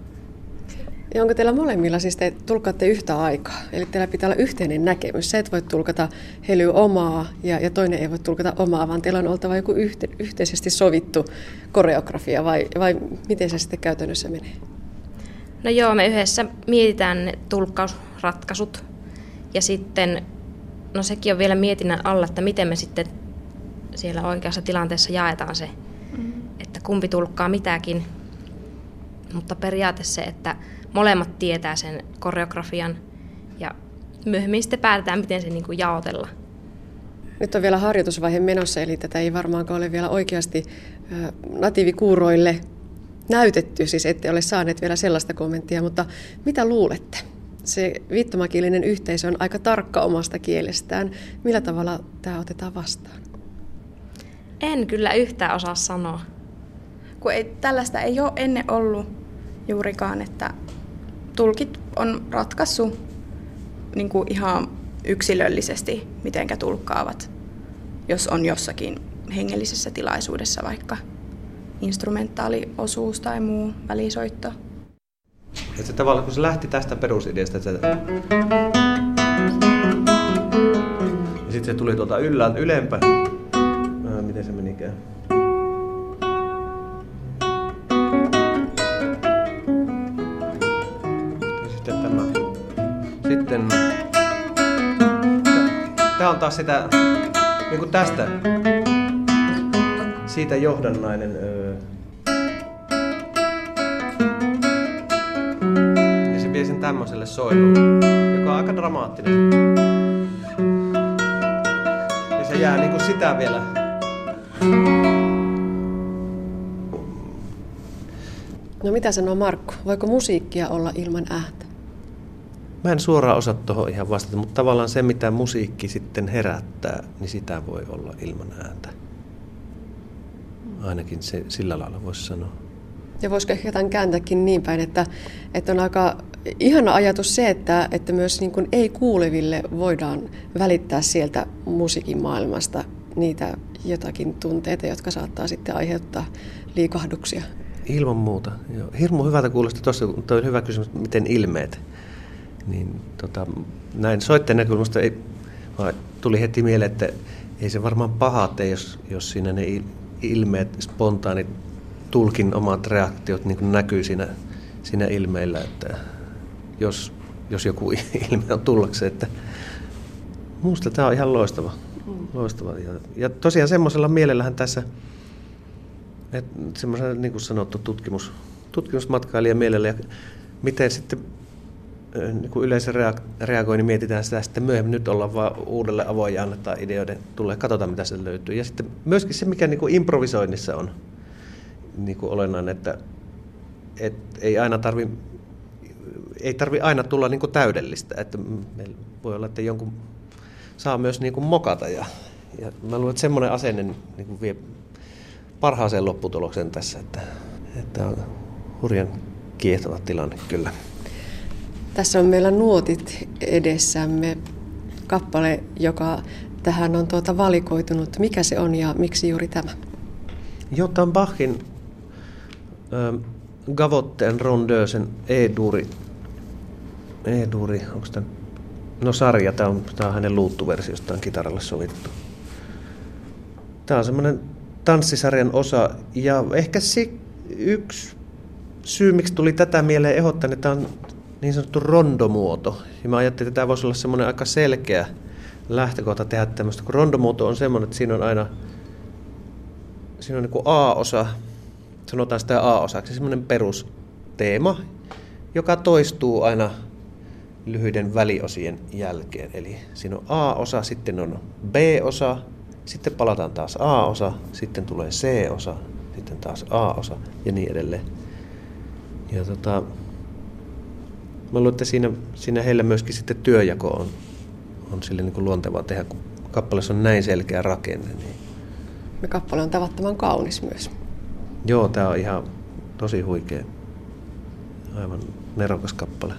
Ja onko teillä molemmilla, siis te tulkaatte yhtä aikaa, eli teillä pitää olla yhteinen näkemys. Sä et voi tulkata Hely omaa ja, ja toinen ei voi tulkata omaa, vaan teillä on oltava joku yhte, yhteisesti sovittu koreografia, vai, vai miten se sitten käytännössä menee? No joo, me yhdessä mietitään ne tulkkausratkaisut ja sitten, no sekin on vielä mietinnän alla, että miten me sitten siellä oikeassa tilanteessa jaetaan se, mm. että kumpi tulkkaa mitäkin. Mutta periaatteessa se, että molemmat tietää sen koreografian ja myöhemmin sitten päätetään, miten se niin kuin jaotella. Nyt on vielä harjoitusvaihe menossa, eli tätä ei varmaankaan ole vielä oikeasti natiivikuuroille näytetty, siis ette ole saaneet vielä sellaista kommenttia, mutta mitä luulette? Se viittomakielinen yhteisö on aika tarkka omasta kielestään. Millä tavalla tämä otetaan vastaan? En kyllä yhtään osaa sanoa. Kun ei, tällaista ei ole ennen ollut juurikaan, että tulkit on ratkaissut niin kuin ihan yksilöllisesti, mitenkä tulkkaavat, jos on jossakin hengellisessä tilaisuudessa vaikka instrumentaaliosuus tai muu välisoitto. Että se tavallaan, kun se lähti tästä perusideasta, että se... ja sitten se tuli tuolta yllään ylempään. Ää, miten se menikään? Ja sitten tämä. Sitten... Tää on taas sitä... niin kuin tästä... Siitä johdannainen... Öö, ja se vie sen tämmöiselle soilulle, joka on aika dramaattinen. Ja se jää niinku sitä vielä. No mitä sanoo Markku? Voiko musiikkia olla ilman ääntä? Mä en suoraan osaa tuohon ihan vastata, mutta tavallaan se mitä musiikki sitten herättää, niin sitä voi olla ilman ääntä. Ainakin se, sillä lailla voisi sanoa. Ja voisiko ehkä tämän kääntääkin niin päin, että, että on aika ihana ajatus se, että, että myös niin kuin ei-kuuleville voidaan välittää sieltä musiikin maailmasta niitä jotakin tunteita, jotka saattaa sitten aiheuttaa liikahduksia. Ilman muuta. Joo. Hirmu hyvältä kuulosti tuossa, tuo oli hyvä kysymys, miten ilmeet. Niin, tota, näin soittajan näkökulmasta ei, tuli heti mieleen, että ei se varmaan paha tee, jos, jos siinä ne ilmeet, spontaanit, tulkin omat reaktiot niin kuin näkyy siinä, siinä ilmeillä, että jos, jos joku ilme on tullakseen, että minusta tämä on ihan loistava. loistava. Ja, ja tosiaan semmoisella mielellähän tässä, että semmoisella niin kuin sanottu tutkimus, tutkimusmatkailija mielellä ja miten sitten niin kuin yleensä reagoi, niin mietitään sitä sitten myöhemmin. Nyt ollaan vaan uudelle avoin ja annetaan ideoiden tulee, katsotaan mitä se löytyy. Ja sitten myöskin se, mikä niin kuin improvisoinnissa on niin kuin olennainen, että, että ei aina tarvi, ei tarvi aina tulla niin kuin täydellistä. Että meillä voi olla, että jonkun saa myös niin kuin mokata. Ja, ja mä luulen, että semmoinen asenne niin kuin vie parhaaseen lopputulokseen tässä, että, että on hurjan kiehtova tilanne kyllä. Tässä on meillä nuotit edessämme, kappale, joka tähän on tuota valikoitunut. Mikä se on ja miksi juuri tämä? Joo, tämä on Bachin äh, Gavotten Rondeusen E-duuri. E-duuri, onko tämä? No sarja, tämä on, tämä on hänen luuttuversiostaan kitaralle sovittu. Tämä on semmoinen tanssisarjan osa ja ehkä se yksi syy, miksi tuli tätä mieleen ehdottaa, että tämä on niin sanottu rondomuoto. Ja mä ajattelin, että tämä voisi olla semmoinen aika selkeä lähtökohta tehdä tämmöistä, kun rondomuoto on semmoinen, että siinä on aina siinä on niin kuin A-osa, sanotaan sitä A-osaksi, semmoinen perusteema, joka toistuu aina lyhyiden väliosien jälkeen. Eli siinä on A-osa, sitten on B-osa, sitten palataan taas A-osa, sitten tulee C-osa, sitten taas A-osa ja niin edelleen. Ja tota, mä luulen, että siinä, siinä heillä myöskin sitten työjako on, on sille niin kuin luontevaa tehdä, kun kappaleessa on näin selkeä rakenne. Niin. Ja kappale on tavattoman kaunis myös. Joo, tää on ihan tosi huikea. Aivan nerokas kappale.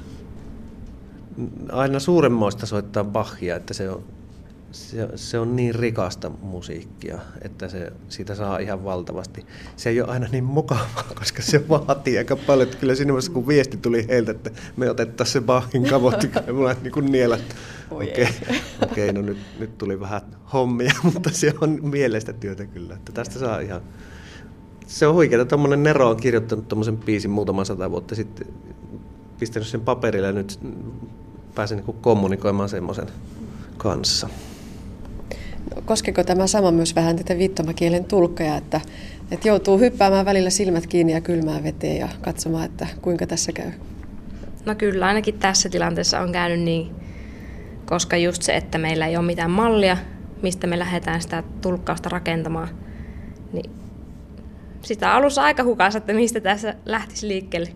Aina suuremmoista soittaa Bachia, että se on, se, se on niin rikasta musiikkia, että se, siitä saa ihan valtavasti. Se ei ole aina niin mukavaa, koska se vaatii aika paljon. Että kyllä siinä vaiheessa, kun viesti tuli heiltä, että me otettaisiin se Bachin kavotti, ja mulla niin kuin niellä, että okei, okay, okay, no nyt, nyt tuli vähän hommia, mutta se on mieleistä työtä kyllä. Että tästä saa ihan... Se on huikeaa, että tommonen Nero on kirjoittanut tommosen biisin muutaman sata vuotta sitten, pistänyt sen paperille ja nyt pääsen niin kommunikoimaan semmoisen kanssa. No, koskeeko tämä sama myös vähän tätä viittomakielen tulkkeja, että, että joutuu hyppäämään välillä silmät kiinni ja kylmään veteen ja katsomaan, että kuinka tässä käy? No kyllä, ainakin tässä tilanteessa on käynyt niin, koska just se, että meillä ei ole mitään mallia, mistä me lähdetään sitä tulkkausta rakentamaan, niin sitä on alussa aika hukassa, että mistä tässä lähtisi liikkeelle.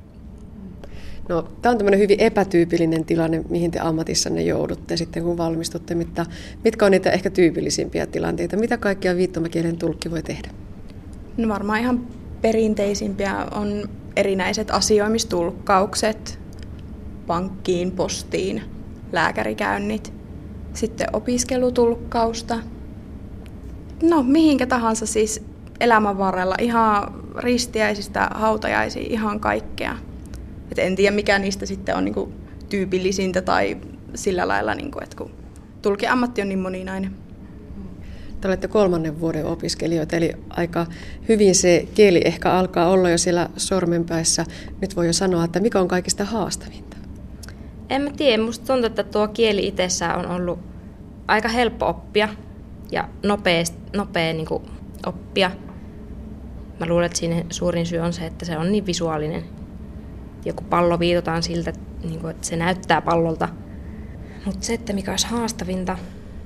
No, tämä on tämmöinen hyvin epätyypillinen tilanne, mihin te ammatissanne joudutte sitten, kun valmistutte. Mutta mitkä on niitä ehkä tyypillisimpiä tilanteita? Mitä kaikkia viittomakielen tulkki voi tehdä? No varmaan ihan perinteisimpiä on erinäiset asioimistulkkaukset, pankkiin, postiin, lääkärikäynnit, sitten opiskelutulkkausta. No, mihinkä tahansa siis elämän varrella, ihan ristiäisistä hautajaisiin, ihan kaikkea. Et en tiedä, mikä niistä sitten on niinku tyypillisintä tai sillä lailla, niinku, että kun tulkin ammatti on niin moninainen. Te olette kolmannen vuoden opiskelijoita, eli aika hyvin se kieli ehkä alkaa olla jo siellä sormenpäissä. Nyt voi jo sanoa, että mikä on kaikista haastavinta? En mä tiedä, musta tuntuu, että tuo kieli itsessään on ollut aika helppo oppia ja nopea, nopea niin kuin oppia. Mä luulen, että siinä suurin syy on se, että se on niin visuaalinen. Joku pallo viitotaan siltä, että se näyttää pallolta. Mutta se, että mikä olisi haastavinta...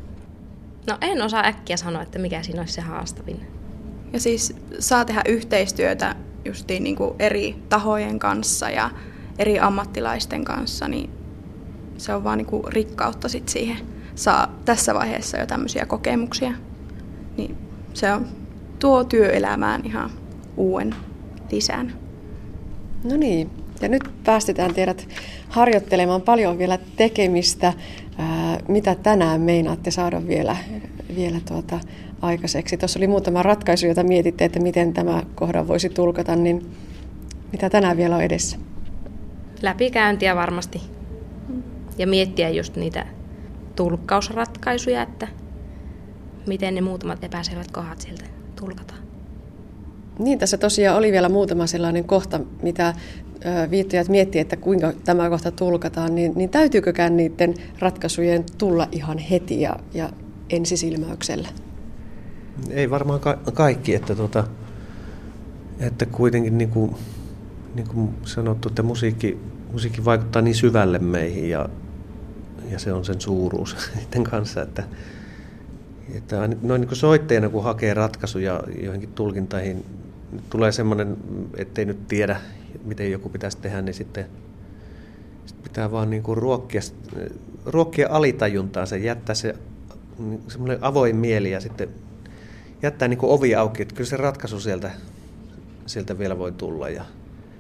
No en osaa äkkiä sanoa, että mikä siinä olisi se haastavin. Ja siis saa tehdä yhteistyötä justiin niin kuin eri tahojen kanssa ja eri ammattilaisten kanssa, niin se on vaan niin kuin rikkautta sit siihen. Saa tässä vaiheessa jo tämmöisiä kokemuksia, niin se on, tuo työelämään ihan uuden lisän. No niin, ja nyt päästetään teidät harjoittelemaan paljon vielä tekemistä. Ää, mitä tänään meinaatte saada vielä, vielä tuota aikaiseksi? Tuossa oli muutama ratkaisu, jota mietitte, että miten tämä kohdan voisi tulkata, niin mitä tänään vielä on edessä? Läpikäyntiä varmasti. Ja miettiä just niitä tulkkausratkaisuja, että miten ne muutamat epäselvät kohdat sieltä tulkataan. Niin, tässä tosiaan oli vielä muutama sellainen kohta, mitä viittojat miettii, että kuinka tämä kohta tulkataan, niin, niin täytyykökään niiden ratkaisujen tulla ihan heti ja, ja ensisilmäyksellä? Ei varmaan ka- kaikki, että, tuota, että kuitenkin niin kuin, niin kuin sanottu, että musiikki, musiikki vaikuttaa niin syvälle meihin ja, ja se on sen suuruus niiden kanssa, että, että noin niin kuin soittajana kun hakee ratkaisuja joihinkin tulkintoihin, tulee semmoinen, ettei nyt tiedä, miten joku pitäisi tehdä, niin sitten, sitten pitää vaan niin kuin ruokkia, ruokkia alitajuntaansa, jättää se semmoinen avoin mieli ja sitten jättää niin kuin ovi auki, että kyllä se ratkaisu sieltä, sieltä vielä voi tulla. Ja,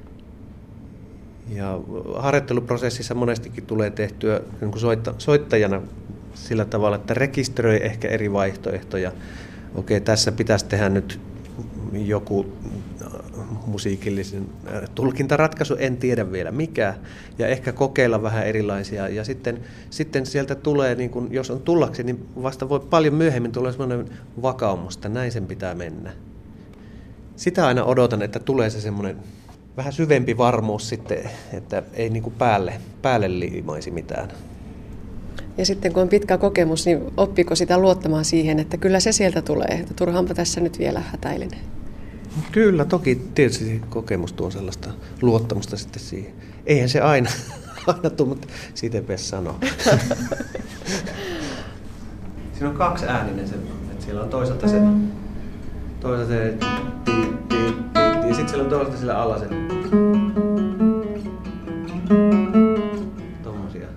ja harjoitteluprosessissa monestikin tulee tehtyä niin kuin soitta, soittajana sillä tavalla, että rekisteröi ehkä eri vaihtoehtoja. Okei, tässä pitäisi tehdä nyt joku musiikillisen tulkintaratkaisu, en tiedä vielä mikä, ja ehkä kokeilla vähän erilaisia, ja sitten, sitten sieltä tulee, niin kun, jos on tullaksi, niin vasta voi paljon myöhemmin tulla semmoinen vakaumus, että näin sen pitää mennä. Sitä aina odotan, että tulee se semmoinen vähän syvempi varmuus sitten, että ei niin kuin päälle, päälle liimaisi mitään. Ja sitten kun on pitkä kokemus, niin oppiko sitä luottamaan siihen, että kyllä se sieltä tulee, että turhaanpa tässä nyt vielä hätäilen? Kyllä, toki tietysti kokemus tuo sellaista luottamusta sitten siihen. Eihän se aina, aina tule, mutta siitä ei pidä sanoa. Siinä on kaksi ääninen se, että siellä on toisaalta se, toisaalta se ti, ti, ti, ja sitten siellä on toisaalta sillä alla se. Tommosia.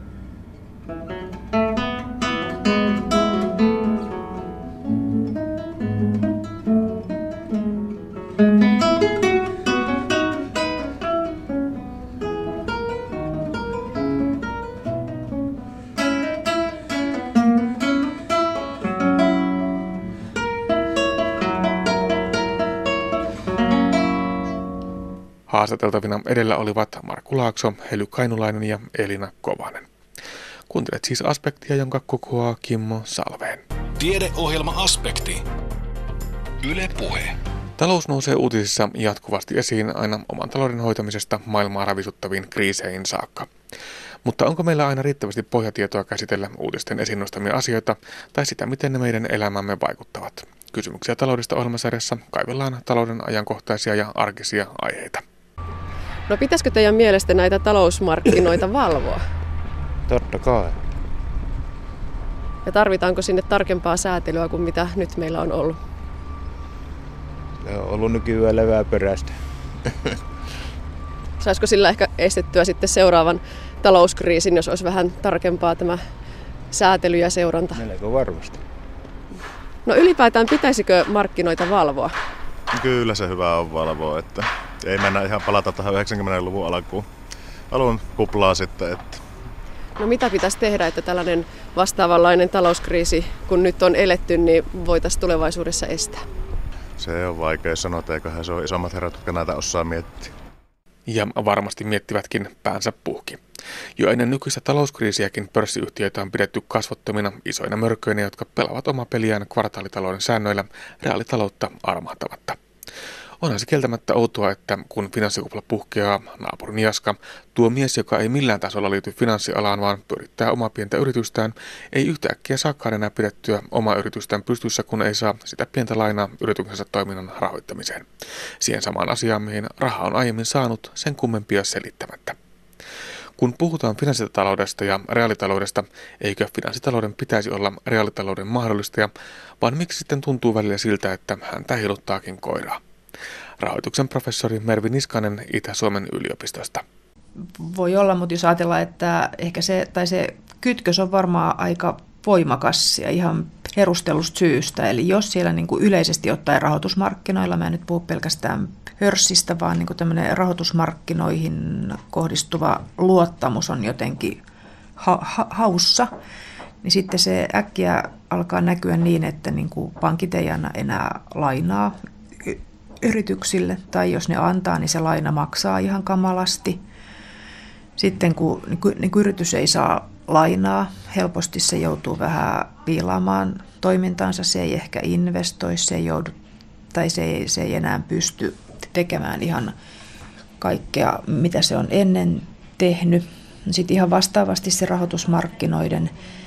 Haastateltavina edellä olivat Markku Laakso, Hely Kainulainen ja Elina Kovanen. Kuuntelet siis Aspektia, jonka kokoaa Kimmo Salveen. Tiedeohjelma Aspekti. Yle Puhe. Talous nousee uutisissa jatkuvasti esiin aina oman talouden hoitamisesta maailmaa ravisuttaviin kriiseihin saakka. Mutta onko meillä aina riittävästi pohjatietoa käsitellä uutisten esiin nostamia asioita tai sitä, miten ne meidän elämämme vaikuttavat? Kysymyksiä taloudesta ohjelmasarjassa kaivellaan talouden ajankohtaisia ja arkisia aiheita. No pitäisikö teidän mielestä näitä talousmarkkinoita valvoa? Totta kai. Ja tarvitaanko sinne tarkempaa säätelyä kuin mitä nyt meillä on ollut? Se on ollut nykyään leväperäistä. Saisiko sillä ehkä estettyä sitten seuraavan talouskriisin, jos olisi vähän tarkempaa tämä säätely ja seuranta? Melko varmasti. No ylipäätään pitäisikö markkinoita valvoa? Kyllä se hyvä on valvoa, että ei mennä ihan palata tähän yhdeksänkymmentäluvun alkuun. Alun kuplaa sitten. Että. No mitä pitäisi tehdä, että tällainen vastaavanlainen talouskriisi, kun nyt on eletty, niin voitaisiin tulevaisuudessa estää? Se on vaikea sanoa, eiköhän se on isommat herrat, jotka näitä osaa miettiä. Ja varmasti miettivätkin päänsä puhki. Jo ennen nykyistä talouskriisiäkin pörssiyhtiöitä on pidetty kasvottomina isoina mörköinä, jotka pelaavat omaa peliään kvartaalitalouden säännöillä reaalitaloutta armahtamatta. Onhan se kieltämättä outoa, että kun finanssikupla puhkeaa, naapurin Jaska, tuo mies, joka ei millään tasolla liity finanssialaan, vaan pyörittää omaa pientä yritystään, ei yhtäkkiä saakaan enää pidettyä omaa yritystään pystyssä, kun ei saa sitä pientä lainaa yrityksensä toiminnan rahoittamiseen. Siihen samaan asiaan, mihin raha on aiemmin saanut, sen kummempia selittämättä. Kun puhutaan finanssitaloudesta ja reaalitaloudesta, eikö finanssitalouden pitäisi olla reaalitalouden mahdollistaja, vaan miksi sitten tuntuu välillä siltä, että häntä heiluttaakin koiraa? Rahoituksen professori Mervi Niskanen Itä-Suomen yliopistosta. Voi olla, mutta jos ajatellaan, että ehkä se, tai se kytkös on varmaan aika voimakas ja ihan perustellusta syystä. Eli jos siellä niin kuin yleisesti ottaen rahoitusmarkkinoilla, mä en nyt puhu pelkästään pörssistä, vaan niin kuin tämmöinen rahoitusmarkkinoihin kohdistuva luottamus on jotenkin ha- ha- haussa, niin sitten se äkkiä alkaa näkyä niin, että niin kuin pankit ei anna enää lainaa yrityksille, tai jos ne antaa, niin se laina maksaa ihan kamalasti. Sitten kun niin kuin, niin kuin yritys ei saa lainaa, helposti se joutuu vähän piilaamaan toimintaansa, se ei ehkä investoi, se ei joudu, tai se ei, se ei enää pysty tekemään ihan kaikkea, mitä se on ennen tehnyt. Sitten ihan vastaavasti se rahoitusmarkkinoiden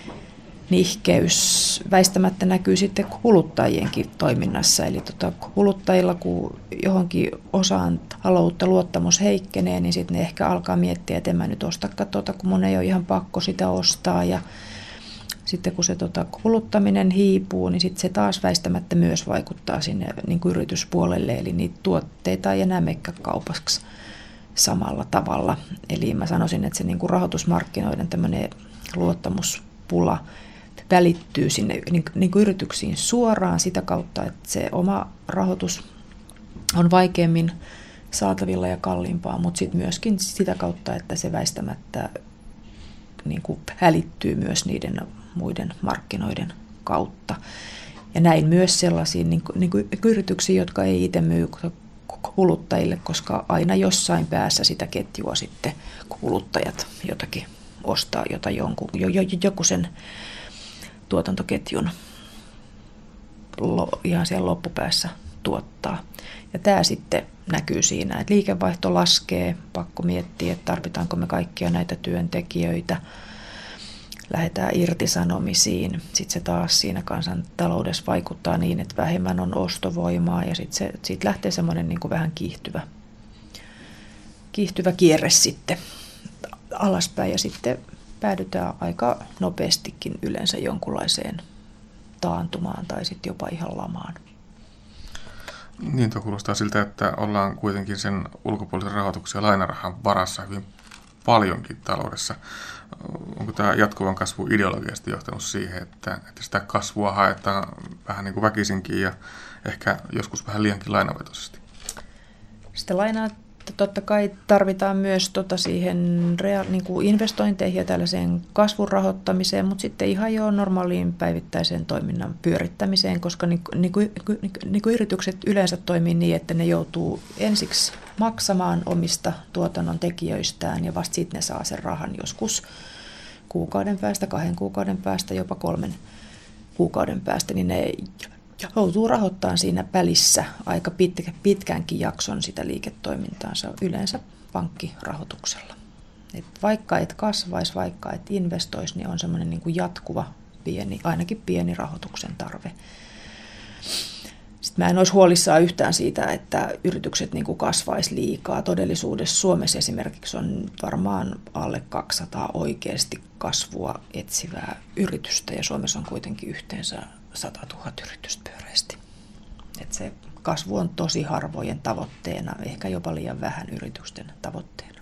nihkeys väistämättä näkyy sitten kuluttajienkin toiminnassa. Eli tota, kuluttajilla, kun johonkin osaan taloutta luottamus heikkenee, niin sitten ne ehkä alkaa miettiä, että en mä nyt ostakaan tuota, kun mun ei ole ihan pakko sitä ostaa. Ja sitten kun se tota, kuluttaminen hiipuu, niin sitten se taas väistämättä myös vaikuttaa sinne niin kuin yrityspuolelle. Eli niitä tuotteita ei enää menekään kaupaksi samalla tavalla. Eli mä sanoisin, että se niin kuin rahoitusmarkkinoiden tämmöinen luottamuspula välittyy sinne niin, niin kuin yrityksiin suoraan sitä kautta, että se oma rahoitus on vaikeammin saatavilla ja kalliimpaa, mutta sitten myöskin sitä kautta, että se väistämättä niin kuin välittyy myös niiden muiden markkinoiden kautta. Ja näin myös sellaisiin niin kuin, niin kuin yrityksiin, jotka ei itse myy kuluttajille, koska aina jossain päässä sitä ketjua sitten kuluttajat jotakin ostaa, jota jonkun, jo, jo, joku sen tuotantoketjun ihan siellä loppupäässä tuottaa. Ja tämä sitten näkyy siinä, että liikevaihto laskee, pakko miettiä, että tarvitaanko me kaikkia näitä työntekijöitä, lähdetään irtisanomisiin, sitten se taas siinä kansantaloudessa vaikuttaa niin, että vähemmän on ostovoimaa ja sitten siitä lähtee semmoinen niin kuin vähän kiihtyvä, kiihtyvä kierre sitten alaspäin ja sitten päädytään aika nopeastikin yleensä jonkunlaiseen taantumaan tai sitten jopa ihan lamaan. Niin, tuo kuulostaa siltä, että ollaan kuitenkin sen ulkopuolisen rahoituksen ja lainarahan varassa hyvin paljonkin taloudessa. Onko tämä jatkuvan kasvun ideologiasta johtanut siihen, että, että sitä kasvua haetaan vähän niin kuin väkisinkin ja ehkä joskus vähän liiankin lainavetoisesti? Sitä lainaa totta kai tarvitaan myös tota siihen rea- niin kuin investointeihin ja tällaiseen kasvun rahoittamiseen, mutta sitten ihan jo normaaliin päivittäiseen toiminnan pyörittämiseen, koska niin, niin kuin, niin, niin kuin yritykset yleensä toimii niin, että ne joutuu ensiksi maksamaan omista tuotannon tekijöistään ja vasta sitten ne saa sen rahan joskus kuukauden päästä, kahden kuukauden päästä, jopa kolmen kuukauden päästä, niin ne joutuu rahoittamaan siinä välissä aika pitkä, pitkänkin jakson sitä liiketoimintaansa yleensä pankkirahoituksella. Et vaikka et kasvaisi, vaikka et investoisi, niin on semmoinen niin kuin jatkuva, pieni, ainakin pieni rahoituksen tarve. Sitten mä en olisi huolissaan yhtään siitä, että yritykset niin kuin kasvaisi liikaa. Todellisuudessa Suomessa esimerkiksi on varmaan alle kaksisataa oikeasti kasvua etsivää yritystä ja Suomessa on kuitenkin yhteensä sata tuhatta yritystä pyöreästi. Et se kasvu on tosi harvojen tavoitteena, ehkä jopa liian vähän yritysten tavoitteena.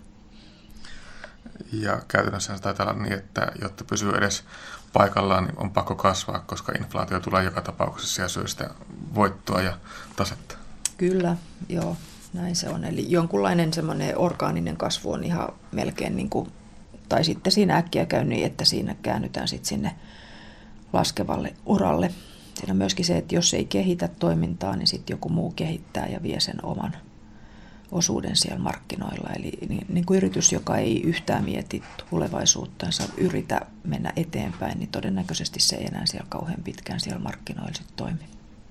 Ja käytännössä se taitaa olla niin, että jotta pysyy edes paikallaan, niin on pakko kasvaa, koska inflaatio tulee joka tapauksessa ja syö sitä voittoa ja tasetta. Kyllä, joo, näin se on. Eli jonkunlainen semmoinen orgaaninen kasvu on ihan melkein, niin kuin, tai sitten siinä äkkiä käy niin, että siinä käännytään sitten sinne laskevalle uralle. Siinä on myöskin se, että jos ei kehitä toimintaa, niin sitten joku muu kehittää ja vie sen oman osuuden siellä markkinoilla. Eli niin, niin kuin yritys, joka ei yhtään mieti tulevaisuuttansa, yritä mennä eteenpäin, niin todennäköisesti se ei enää siellä kauhean pitkään siellä markkinoilla sitten toimi.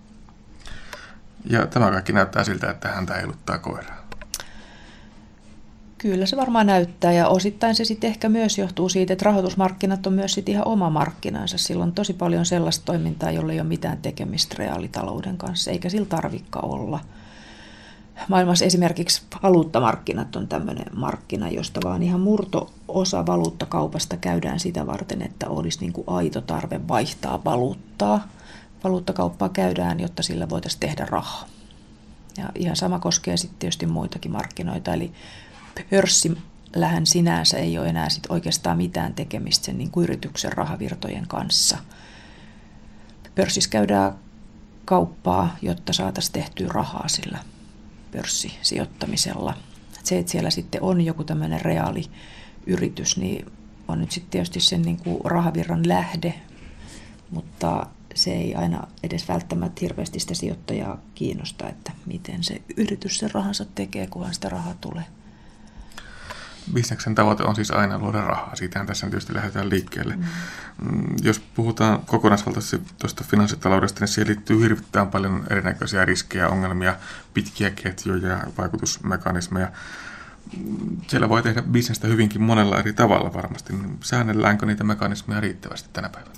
Ja tämä kaikki näyttää siltä, että häntä heiluttaa koiraa. Kyllä se varmaan näyttää ja osittain se sitten ehkä myös johtuu siitä, että rahoitusmarkkinat on myös sitten ihan oma markkinansa. Sillä on tosi paljon sellaista toimintaa, jolla ei ole mitään tekemistä reaalitalouden kanssa, eikä sillä tarvikaan olla. Maailmassa esimerkiksi valuuttamarkkinat on tämmöinen markkina, josta vaan ihan murto-osa valuuttakaupasta käydään sitä varten, että olisi niin kuin aito tarve vaihtaa valuuttaa. Valuuttakauppaa käydään, jotta sillä voitaisiin tehdä rahaa. Ja ihan sama koskee sitten tietysti muitakin markkinoita, eli pörssillähän sinänsä ei ole enää sit oikeastaan mitään tekemistä sen niin kuin yrityksen rahavirtojen kanssa. Pörssissä käydään kauppaa, jotta saataisiin tehtyä rahaa sillä pörssisijoittamisella. Se, että siellä sitten on joku tämmöinen reaali yritys, niin on nyt sitten tietysti sen niin kuin rahavirran lähde, mutta se ei aina edes välttämättä hirveästi sitä sijoittajaa kiinnosta, että miten se yritys sen rahansa tekee, kunhan sitä rahaa tulee. Bisneksen tavoite on siis aina luoda rahaa. Siitähän tässä tietysti lähdetään liikkeelle. Mm. Jos puhutaan kokonaisvaltaisesti tuosta finanssitaloudesta, niin siihen liittyy hirvittävän paljon erinäköisiä riskejä, ongelmia, pitkiä ketjuja ja vaikutusmekanismeja. Siellä voi tehdä bisnestä hyvinkin monella eri tavalla varmasti. Säännelläänkö niitä mekanismeja riittävästi tänä päivänä?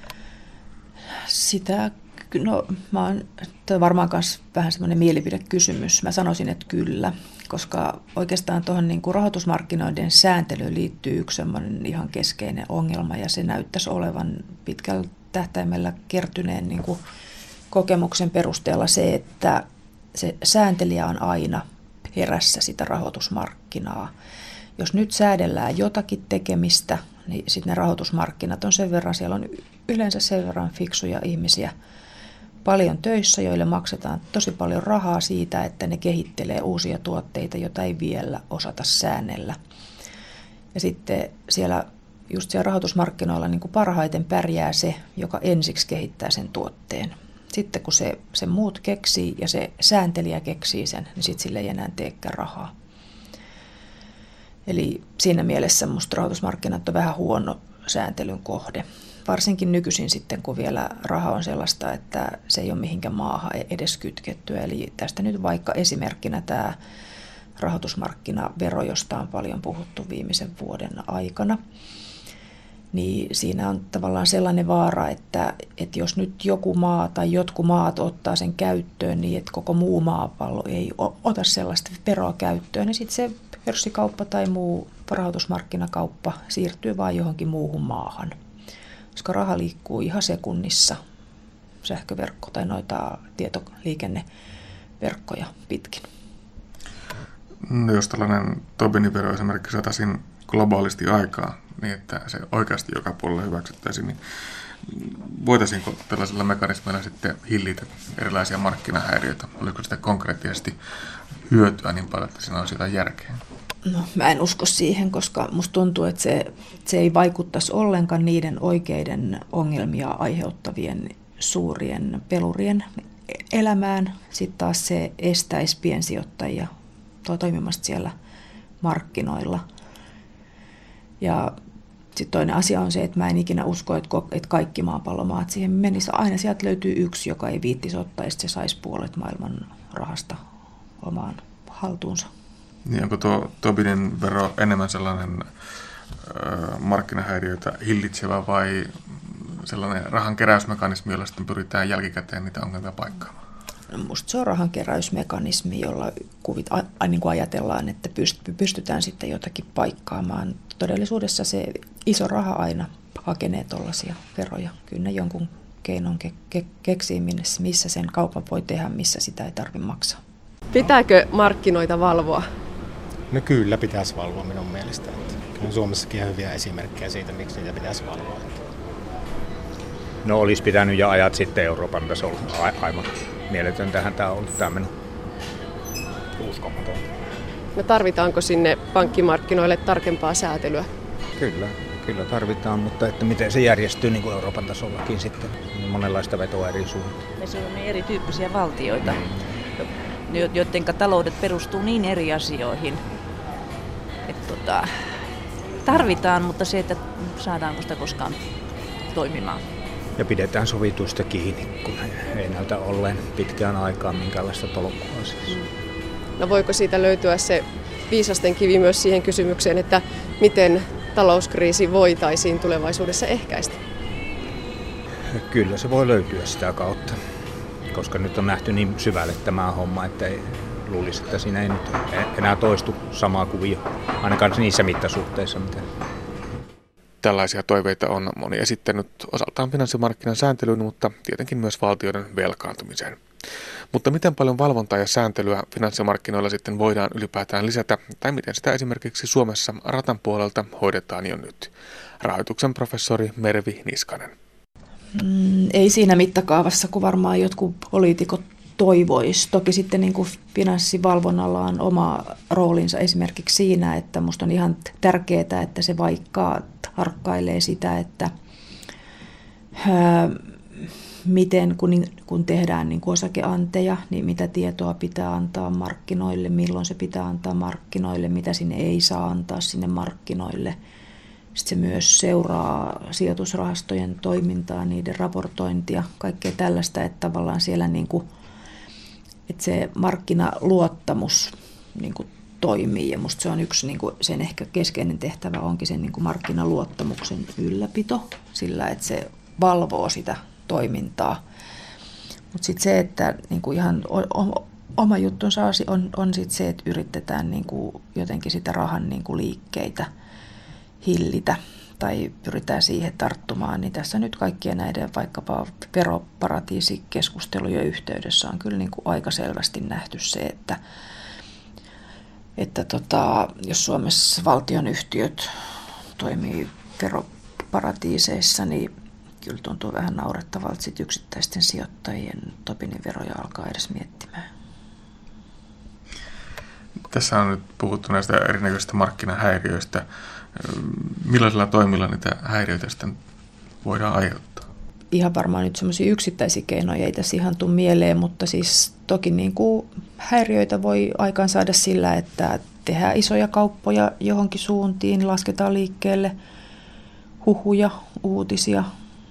Sitä, no mä oon, tämä on varmaan myös vähän semmoinen mielipidekysymys. Mä sanoisin, että kyllä, koska oikeastaan tuohon niin kuin rahoitusmarkkinoiden sääntelyyn liittyy yksi semmoinen ihan keskeinen ongelma, ja se näyttäisi olevan pitkällä tähtäimellä kertyneen niin kuin kokemuksen perusteella se, että se sääntelijä on aina perässä sitä rahoitusmarkkinaa. Jos nyt säädellään jotakin tekemistä, niin sitten ne rahoitusmarkkinat on sen verran, siellä on yleensä sen verran fiksuja ihmisiä paljon töissä, joille maksetaan tosi paljon rahaa siitä, että ne kehittelee uusia tuotteita, joita ei vielä osata säännellä. Ja sitten siellä, just siellä rahoitusmarkkinoilla niin kuin parhaiten pärjää se, joka ensiksi kehittää sen tuotteen. Sitten kun se, se muut keksii ja se sääntelijä keksii sen, niin sitten sille ei enää teekään rahaa. Eli siinä mielessä musta rahoitusmarkkinat on vähän huono sääntelyn kohde. varsinkin nykyisin sitten, kun vielä raha on sellaista, että se ei ole mihinkään maahan edes kytketty. Eli tästä nyt vaikka esimerkkinä tämä rahoitusmarkkinavero, josta on paljon puhuttu viimeisen vuoden aikana. Niin siinä on tavallaan sellainen vaara, että, että jos nyt joku maa tai jotkut maat ottaa sen käyttöön niin, että koko muu maapallo ei ota sellaista veroa käyttöön, niin sitten se pörssikauppa tai muu rahoitusmarkkinakauppa siirtyy vain johonkin muuhun maahan. Koska raha liikkuu ihan sekunnissa sähköverkko tai noita tietoliikenneverkkoja pitkin. No, jos tällainen Tobinin vero esimerkiksi saataisiin globaalisti aikaa, niin että se oikeasti joka puolella hyväksyttäisiin, niin voitaisiinko tällaisella mekanismilla sitten hillitä erilaisia markkinahäiriöitä? Olisiko sitä konkreettisesti hyötyä niin paljon, että siinä olisi jotain järkeä? No, mä en usko siihen, koska musta tuntuu, että se, se ei vaikuttaisi ollenkaan niiden oikeiden ongelmia aiheuttavien suurien pelurien elämään. Sitten taas se estäisi piensijoittajia toimimasta siellä markkinoilla. Ja sitten toinen asia on se, että mä en ikinä usko, että kaikki maapallomaat siihen menisi. Aina sieltä löytyy yksi, joka ei viittisi ottaa, ja se saisi puolet maailman rahasta omaan haltuunsa. Niin onko tuo Tobinin vero enemmän sellainen ö, markkinahäiriöitä hillitsevä vai sellainen rahankeräysmekanismi, jolla sitten pyritään jälkikäteen niitä ongelmia paikkaamaan? No, musta se on rahankeräysmekanismi, jolla kuvit, a, niin kuin ajatellaan, että pystytään sitten jotakin paikkaamaan. Todellisuudessa se iso raha aina hakenee tuollaisia veroja. Kyllä ne jonkun keinon ke, ke, keksii, missä sen kaupan voi tehdä, missä sitä ei tarvitse maksaa. Pitääkö markkinoita valvoa? No kyllä pitäisi valvoa minun mielestä. Kyllä Suomessakin on hyviä esimerkkejä siitä, miksi niitä pitäisi valvoa. No olisi pitänyt jo ajat sitten Euroopan tasolla. Aivan mieletöntähän tämä on ollut tämmöinen uskomaton. No tarvitaanko sinne pankkimarkkinoille tarkempaa säätelyä? Kyllä, kyllä tarvitaan, mutta että miten se järjestyy niin kuin Euroopan tasollakin sitten. Niin monenlaista vetoa eri suuntaan. Me on erityyppisiä valtioita, joiden taloudet perustuu niin eri asioihin. Että tota, tarvitaan, mutta se, että saadaanko sitä koskaan toimimaan. Ja pidetään sovituista kiinni, kun ei näytä olleen pitkään aikaa minkäänlaista tolkkua asiassa. No voiko siitä löytyä se viisasten kivi myös siihen kysymykseen, että miten talouskriisi voitaisiin tulevaisuudessa ehkäistä? Kyllä se voi löytyä sitä kautta, koska nyt on nähty niin syvälle tämä homma, että ei luulisi, että siinä ei nyt enää toistu samaa kuvio, ainakaan niissä mittasuhteissa, mitä. Tällaisia toiveita on moni esittänyt osaltaan finanssimarkkinan sääntelyyn, mutta tietenkin myös valtioiden velkaantumiseen. Mutta miten paljon valvontaa ja sääntelyä finanssimarkkinoilla sitten voidaan ylipäätään lisätä, tai miten sitä esimerkiksi Suomessa ratan puolelta hoidetaan jo nyt? Rahoituksen professori Mervi Niskanen. Mm, ei siinä mittakaavassa, kun varmaan jotkut poliitikot toivoisi. Toki sitten niin kuin finanssivalvonnalla on oma roolinsa esimerkiksi siinä, että musta on ihan tärkeää, että se vaikka tarkkailee sitä, että ää, miten kun, kun tehdään niin kuin osakeanteja, niin mitä tietoa pitää antaa markkinoille, milloin se pitää antaa markkinoille, mitä sinne ei saa antaa sinne markkinoille. Sitten se myös seuraa sijoitusrahastojen toimintaa, niiden raportointia, kaikkea tällaista, että tavallaan siellä niin kuin, että se markkinaluottamus niin kuin toimii. Ja musta se on yksi niin kuin sen ehkä keskeinen tehtävä onkin sen niin kuin markkinaluottamuksen ylläpito, sillä että se valvoo sitä toimintaa. Mutta sitten se, että niin kuin ihan oma juttunsa on, on sit se, että yritetään niin kuin jotenkin sitä rahan niin kuin liikkeitä hillitä tai pyritään siihen tarttumaan, niin tässä nyt kaikkien näiden vaikkapa veroparatiisikeskustelujen yhteydessä on kyllä niin kuin aika selvästi nähty se, että, että tota, jos Suomessa valtionyhtiöt toimii veroparatiiseissa, niin kyllä tuntuu vähän naurettavalta sit yksittäisten sijoittajien Tobinin veroja alkaa edes miettimään. Tässä on nyt puhuttu näistä erinäköisistä markkinahäiriöistä. Millaisilla toimilla niitä häiriöitä sitten voidaan aiheuttaa? Ihan varmaan nyt semmoisia yksittäisiä keinoja ei tässä ihan tule mieleen, mutta siis toki niin kuin häiriöitä voi aikaan saada sillä, että tehdään isoja kauppoja johonkin suuntiin, lasketaan liikkeelle huhuja, uutisia,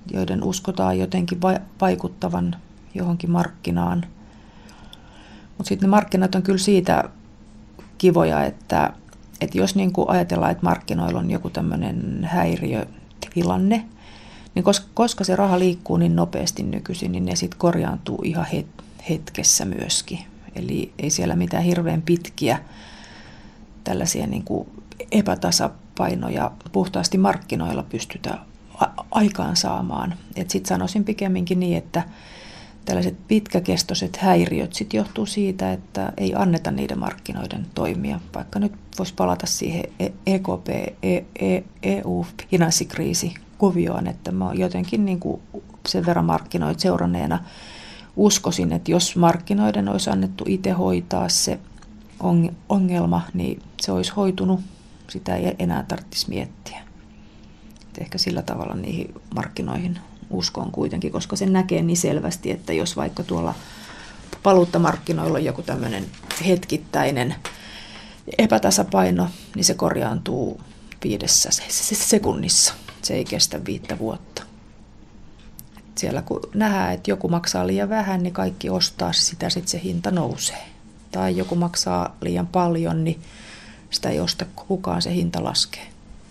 joiden uskotaan jotenkin vaikuttavan johonkin markkinaan. Mutta sitten ne markkinat on kyllä siitä kivoja, että, että jos niin kuin ajatellaan, että markkinoilla on joku tämmöinen häiriötilanne, niin koska, koska se raha liikkuu niin nopeasti nykyisin, niin ne sitten korjaantuu ihan het- hetkessä myöskin. Eli ei siellä mitään hirveän pitkiä tällaisia niin kuin epätasapainoja puhtaasti markkinoilla pystytä a- aikaan saamaan. Sitten sanoisin pikemminkin niin, että tällaiset pitkäkestoiset häiriöt sit johtuu siitä, että ei anneta niiden markkinoiden toimia. Vaikka nyt voisi palata siihen E K P, E U-finanssikriisi kuvioon, että mä jotenkin niin kuin sen verran markkinoita seuranneena uskoisin, että jos markkinoiden olisi annettu itse hoitaa se ongelma, niin se olisi hoitunut, sitä ei enää tarvitsisi miettiä. Et ehkä sillä tavalla niihin markkinoihin uskon kuitenkin, koska se näkee niin selvästi, että jos vaikka tuolla valuuttamarkkinoilla on joku tämmöinen hetkittäinen epätasapaino, niin se korjaantuu viidessä sekunnissa. Se ei kestä viittä vuotta. Siellä kun nähdään, että joku maksaa liian vähän, niin kaikki ostaa sitä, sitten se hinta nousee. Tai joku maksaa liian paljon, niin sitä ei osta kukaan, se hinta laskee.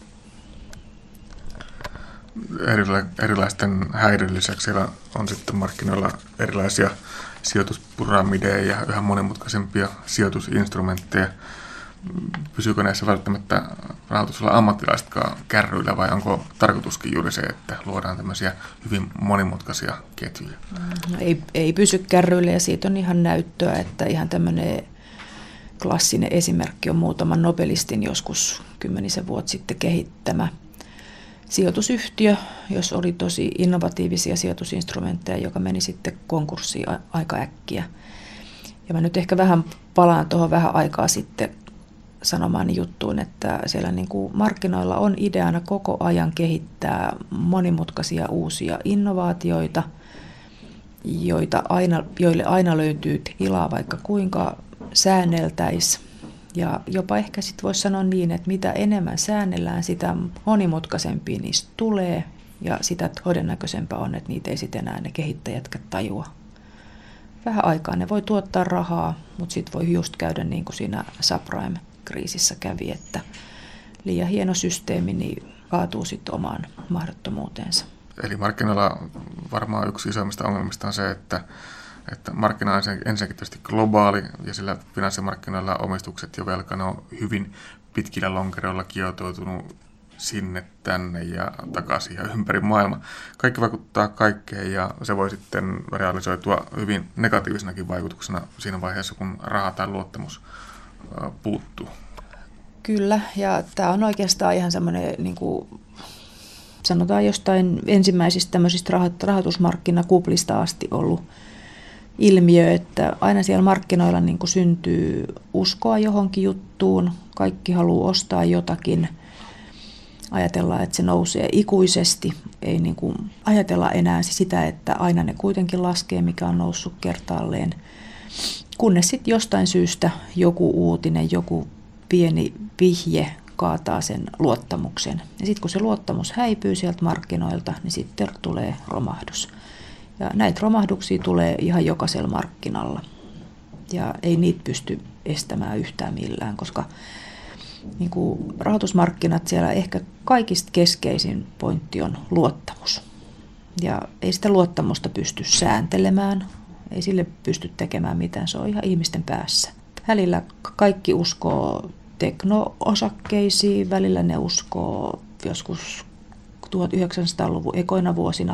Erilaisten häiriön lisäksi siellä on sitten markkinoilla erilaisia sijoituspyramideja ja yhä monimutkaisempia sijoitusinstrumentteja. Pysyykö näissä välttämättä rahoitusalan ammattilaisetkaan kärryillä vai onko tarkoituskin juuri se, että luodaan tämmöisiä hyvin monimutkaisia ketjuja? No ei, ei pysy kärryillä ja siitä on ihan näyttöä, että ihan tämmöinen klassinen esimerkki on muutaman nobelistin joskus kymmenisen vuotta sitten kehittämä sijoitusyhtiö, jos oli tosi innovatiivisia sijoitusinstrumentteja, joka meni sitten konkurssiin aika äkkiä. Ja mä nyt ehkä vähän palaan tuohon vähän aikaa sitten sanomaani juttuun, että siellä niin kuin markkinoilla on ideana koko ajan kehittää monimutkaisia uusia innovaatioita, joita aina, joille aina löytyy tilaa vaikka kuinka säänneltäisiin. Ja jopa ehkä sitten voisi sanoa niin, että mitä enemmän säännellään, sitä monimutkaisempia niistä tulee ja sitä todennäköisempää on, että niitä ei sitten enää ne kehittäjätkät tajua. Vähän aikaa ne voi tuottaa rahaa, mutta sitten voi just käydä niin kuin siinä subprime-kriisissä kävi, että liian hieno systeemi niin kaatuu sitten omaan mahdottomuuteensa. Eli markkinoilla varmaan yksi isoimmista ongelmista on se, että Että markkina on ensinnäkin tietysti globaali ja sillä finanssimarkkinoilla omistukset ja velka on hyvin pitkillä lonkeroilla kietoutunut sinne, tänne ja takaisin ja ympäri maailma. Kaikki vaikuttaa kaikkeen ja se voi sitten realisoitua hyvin negatiivisenakin vaikutuksena siinä vaiheessa, kun raha tai luottamus puuttuu. Kyllä, ja tämä on oikeastaan ihan semmoinen, niin kuin sanotaan jostain ensimmäisistä tämmöisistä rahoitusmarkkinakuplista asti ollut ilmiö, että aina siellä markkinoilla niin kuin syntyy uskoa johonkin juttuun, kaikki haluaa ostaa jotakin, ajatellaan, että se nousee ikuisesti, ei niin kuin ajatella enää sitä, että aina ne kuitenkin laskee, mikä on noussut kertaalleen, kunnes sitten jostain syystä joku uutinen, joku pieni vihje kaataa sen luottamuksen. Ja sitten kun se luottamus häipyy sieltä markkinoilta, niin sitten tulee romahdus. Ja näitä romahduksia tulee ihan jokaisella markkinalla. Ja ei niitä pysty estämään yhtään millään, koska niin kuin rahoitusmarkkinat siellä ehkä kaikista keskeisin pointti on luottamus. Ja ei sitä luottamusta pysty sääntelemään, ei sille pysty tekemään mitään, se on ihan ihmisten päässä. Välillä kaikki uskoo tekno-osakkeisiin, välillä ne uskoo joskus tuhatyhdeksänsataaluvun ekoina vuosina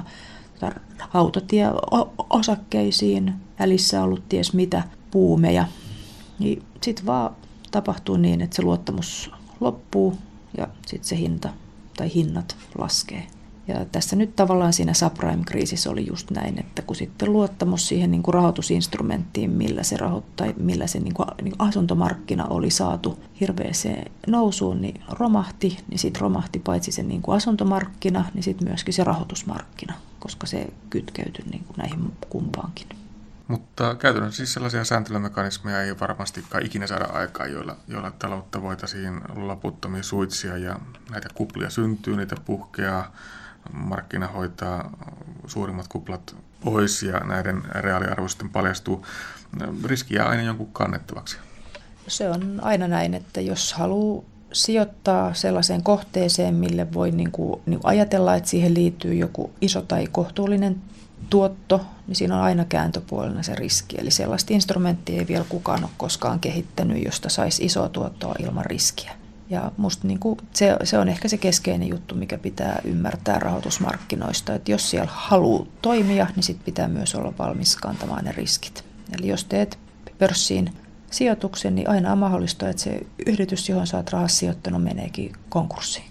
autotieosakkeisiin, välissä on ollut ties mitä buumeja. Niin sitten vaan tapahtuu niin, että se luottamus loppuu ja sitten se hinta tai hinnat laskee. Ja tässä nyt tavallaan siinä subprime-kriisissä oli just näin, että kun sitten luottamus siihen niin kuin rahoitusinstrumenttiin, millä se, rahoittaa, millä se niin kuin, niin kuin asuntomarkkina oli saatu hirveäseen nousuun, niin romahti, niin sitten romahti paitsi se niin kuin asuntomarkkina, niin sitten myöskin se rahoitusmarkkina, koska se kytkeytyi niin kuin näihin kumpaankin. Mutta käytännössä siis sellaisia sääntelymekanismeja ei varmastikaan ikinä saada aikaan, joilla, joilla taloutta voitaisiin loputtomia suitsia ja näitä kuplia syntyy, niitä puhkeaa, markkina hoitaa suurimmat kuplat pois ja näiden reaaliarvo sitten paljastuu. Riski jää aina jonkun kannettavaksi. Se on aina näin, että jos haluaa sijoittaa sellaiseen kohteeseen, mille voi niin kuin, niin kuin ajatella, että siihen liittyy joku iso tai kohtuullinen tuotto, niin siinä on aina kääntöpuolena se riski. Eli sellaista instrumenttia ei vielä kukaan ole koskaan kehittänyt, josta saisi isoa tuottoa ilman riskiä. Ja musta niin kuin se, se on ehkä se keskeinen juttu, mikä pitää ymmärtää rahoitusmarkkinoista, että jos siellä haluaa toimia, niin sit pitää myös olla valmis kantamaan ne riskit. Eli jos teet pörssiin sijoituksen, niin aina on mahdollista, että se yritys, johon sä oot rahassa sijoittanut, meneekin konkurssiin.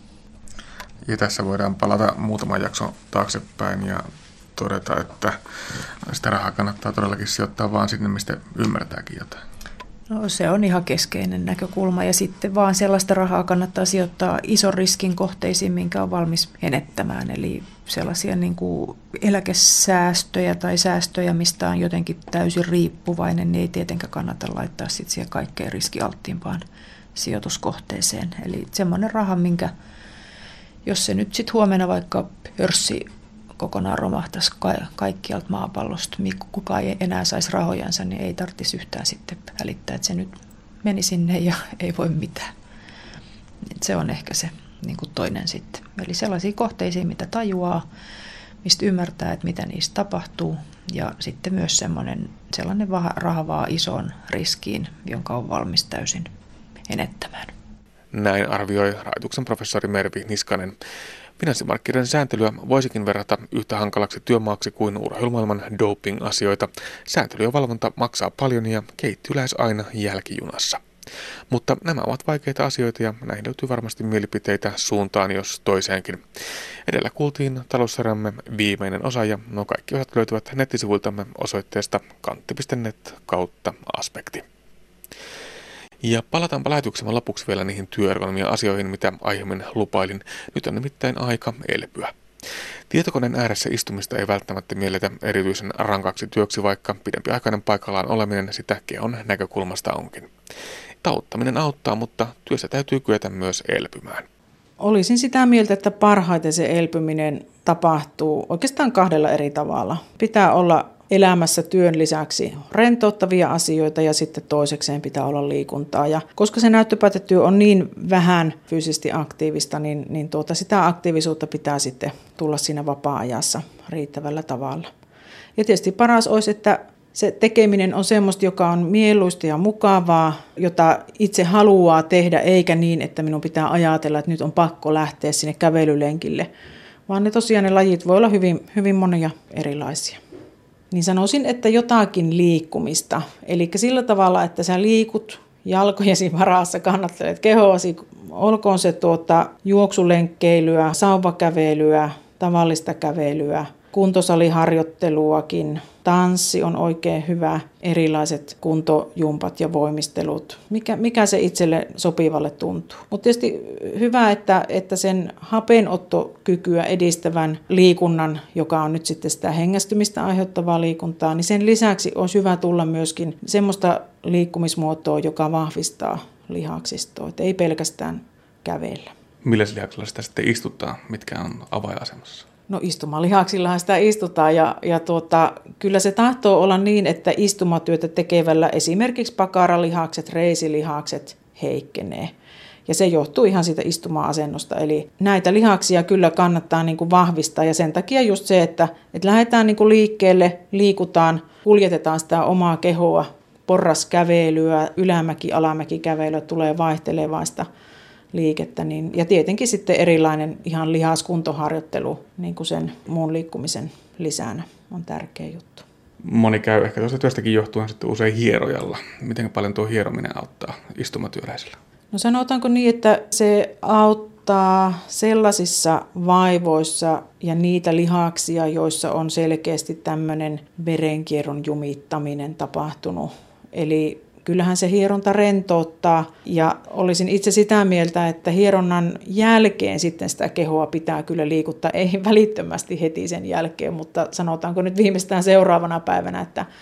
Ja tässä voidaan palata muutaman jakson taaksepäin ja todeta, että sitä rahaa kannattaa todellakin sijoittaa vaan sinne, mistä ymmärtääkin jotain. No se on ihan keskeinen näkökulma ja sitten vaan sellaista rahaa kannattaa sijoittaa ison riskin kohteisiin, minkä on valmis menettämään. Eli sellaisia niin kuin eläkesäästöjä tai säästöjä, mistä on jotenkin täysin riippuvainen, niin ei tietenkään kannata laittaa sit siihen kaikkein riskialttiimpaan sijoituskohteeseen. Eli semmoinen raha, minkä jos se nyt sitten huomenna vaikka pörssi kokonaan romahtaisi ka- kaikkialta maapallosta, kukaan ei enää saisi rahojansa, niin ei tarvitsisi yhtään sitten välittää, että se nyt meni sinne ja ei voi mitään. Se on ehkä se niin kuin toinen sitten. Eli sellaisia kohteisiin, mitä tajuaa, mistä ymmärtää, että mitä niistä tapahtuu, ja sitten myös semmoinen, sellainen raha vaan isoon riskiin, jonka on valmis täysin menettämään. Näin arvioi Rahoituksen professori Mervi Niskanen. Finanssimarkkinoiden sääntelyä voisikin verrata yhtä hankalaksi työmaaksi kuin urheilumaailman doping-asioita. Sääntely ja valvonta maksaa paljon ja keittyy lähes aina jälkijunassa. Mutta nämä ovat vaikeita asioita ja näihin löytyy varmasti mielipiteitä suuntaan jos toiseenkin. Edellä kuultiin taloussarjamme viimeinen osa ja nuo kaikki osat löytyvät nettisivuiltamme osoitteesta kantti piste net kautta aspekti. Ja palataanpa lähetyksemme lopuksi vielä niihin työergonomia-asioihin, mitä aiemmin lupailin. Nyt on nimittäin aika elpyä. Tietokoneen ääressä istumista ei välttämättä mielletä erityisen rankaksi työksi, vaikka pidempiaikainen paikallaan oleminen sitä kehon näkökulmasta onkin. Tauttaminen auttaa, mutta työssä täytyy kyetä myös elpymään. Olisin sitä mieltä, että parhaiten se elpyminen tapahtuu oikeastaan kahdella eri tavalla. Pitää olla elämässä työn lisäksi rentouttavia asioita ja sitten toisekseen pitää olla liikuntaa. Ja koska se näyttöpäätetyö on niin vähän fyysisesti aktiivista, niin, niin tuota, sitä aktiivisuutta pitää sitten tulla siinä vapaa-ajassa riittävällä tavalla. Ja tietysti paras olisi, että se tekeminen on semmoista, joka on mieluista ja mukavaa, jota itse haluaa tehdä, eikä niin, että minun pitää ajatella, että nyt on pakko lähteä sinne kävelylenkille. Vaan ne tosiaan ne lajit voi olla hyvin, hyvin monia erilaisia. Niin sanoisin, että jotakin liikkumista. Eli sillä tavalla, että sä liikut jalkojesi varassa, kannattelet kehoasi, olkoon se tuota, juoksulenkkeilyä, sauvakävelyä, tavallista kävelyä, kuntosaliharjoitteluakin. Tanssi on oikein hyvä, erilaiset kuntojumpat ja voimistelut, mikä, mikä se itselle sopivalle tuntuu. Mutta tietysti hyvä, että, että sen hapenottokykyä edistävän liikunnan, joka on nyt sitten sitä hengästymistä aiheuttavaa liikuntaa, niin sen lisäksi on hyvä tulla myöskin semmoista liikkumismuotoa, joka vahvistaa lihaksistoa, että ei pelkästään kävellä. Millä lihaksilla sitä sitten istuttaa, mitkä on avainasemassa? No istumalihaksillahan sitä istutaan ja, ja tuota, kyllä se tahtoo olla niin, että istumatyötä tekevällä esimerkiksi pakaralihakset, reisilihakset heikkenee. Ja se johtuu ihan siitä istuma-asennosta. Eli näitä lihaksia kyllä kannattaa niin kuin vahvistaa ja sen takia just se, että, että lähdetään niin kuin liikkeelle, liikutaan, kuljetetaan sitä omaa kehoa, porraskävelyä, ylämäki-alamäki-kävelyä, tulee vaihtelevaista liikettä, niin, ja tietenkin sitten erilainen ihan lihaskuntoharjoittelu niin kuin sen muun liikkumisen lisänä on tärkeä juttu. Moni käy ehkä tuosta työstäkin johtuen sitten usein hierojalla. Miten paljon tuo hierominen auttaa istumatyöläisillä? No sanotaanko niin, että se auttaa sellaisissa vaivoissa ja niitä lihaksia, joissa on selkeästi tämmöinen verenkierron jumittaminen tapahtunut. Eli kyllähän se hieronta rentouttaa ja olisin itse sitä mieltä, että hieronnan jälkeen sitten sitä kehoa pitää kyllä liikuttaa, ei välittömästi heti sen jälkeen, mutta sanotaanko nyt viimeistään seuraavana päivänä, että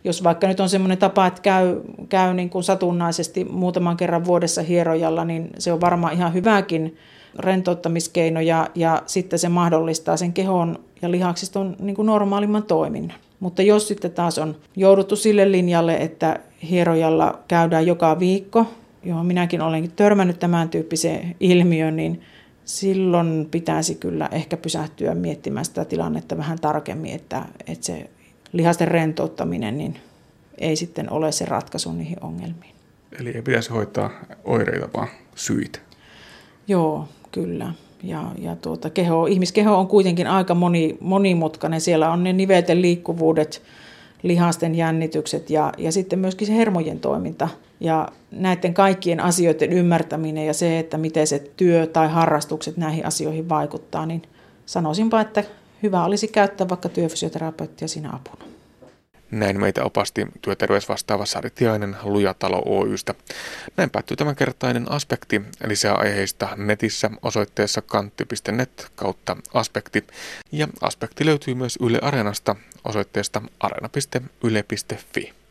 jos vaikka nyt on semmoinen tapa, että käy, käy niin kuin satunnaisesti muutaman kerran vuodessa hierojalla, niin se on varmaan ihan hyväkin rentouttamiskeino ja, ja sitten se mahdollistaa sen kehon ja lihaksiston niin kuin normaalimman toiminnan. Mutta jos sitten taas on jouduttu sille linjalle, että hierojalla käydään joka viikko, johon minäkin olen törmännyt tämän tyyppiseen ilmiön, niin silloin pitäisi kyllä ehkä pysähtyä miettimään sitä tilannetta vähän tarkemmin, että, että se lihasten rentouttaminen niin ei sitten ole se ratkaisu niihin ongelmiin. Eli ei pitäisi hoitaa oireita, vaan syitä. Joo, kyllä. Ja, ja tuota, keho, ihmiskeho on kuitenkin aika moni, monimutkainen. Siellä on ne nivelten liikkuvuudet, lihasten jännitykset ja, ja sitten myöskin se hermojen toiminta. Ja näiden kaikkien asioiden ymmärtäminen ja se, että miten se työ tai harrastukset näihin asioihin vaikuttaa, niin sanoisinpa, että hyvä olisi käyttää vaikka työfysioterapeuttia siinä apuna. Näin meitä opasti työterveysvastaava Sari Tiainen Lujatalo Oy:stä. Näin päättyy tämänkertainen Aspekti. Lisää aiheista netissä osoitteessa kantti piste net kautta aspekti. Ja Aspekti löytyy myös Yle Areenasta osoitteesta areena piste yle piste fi.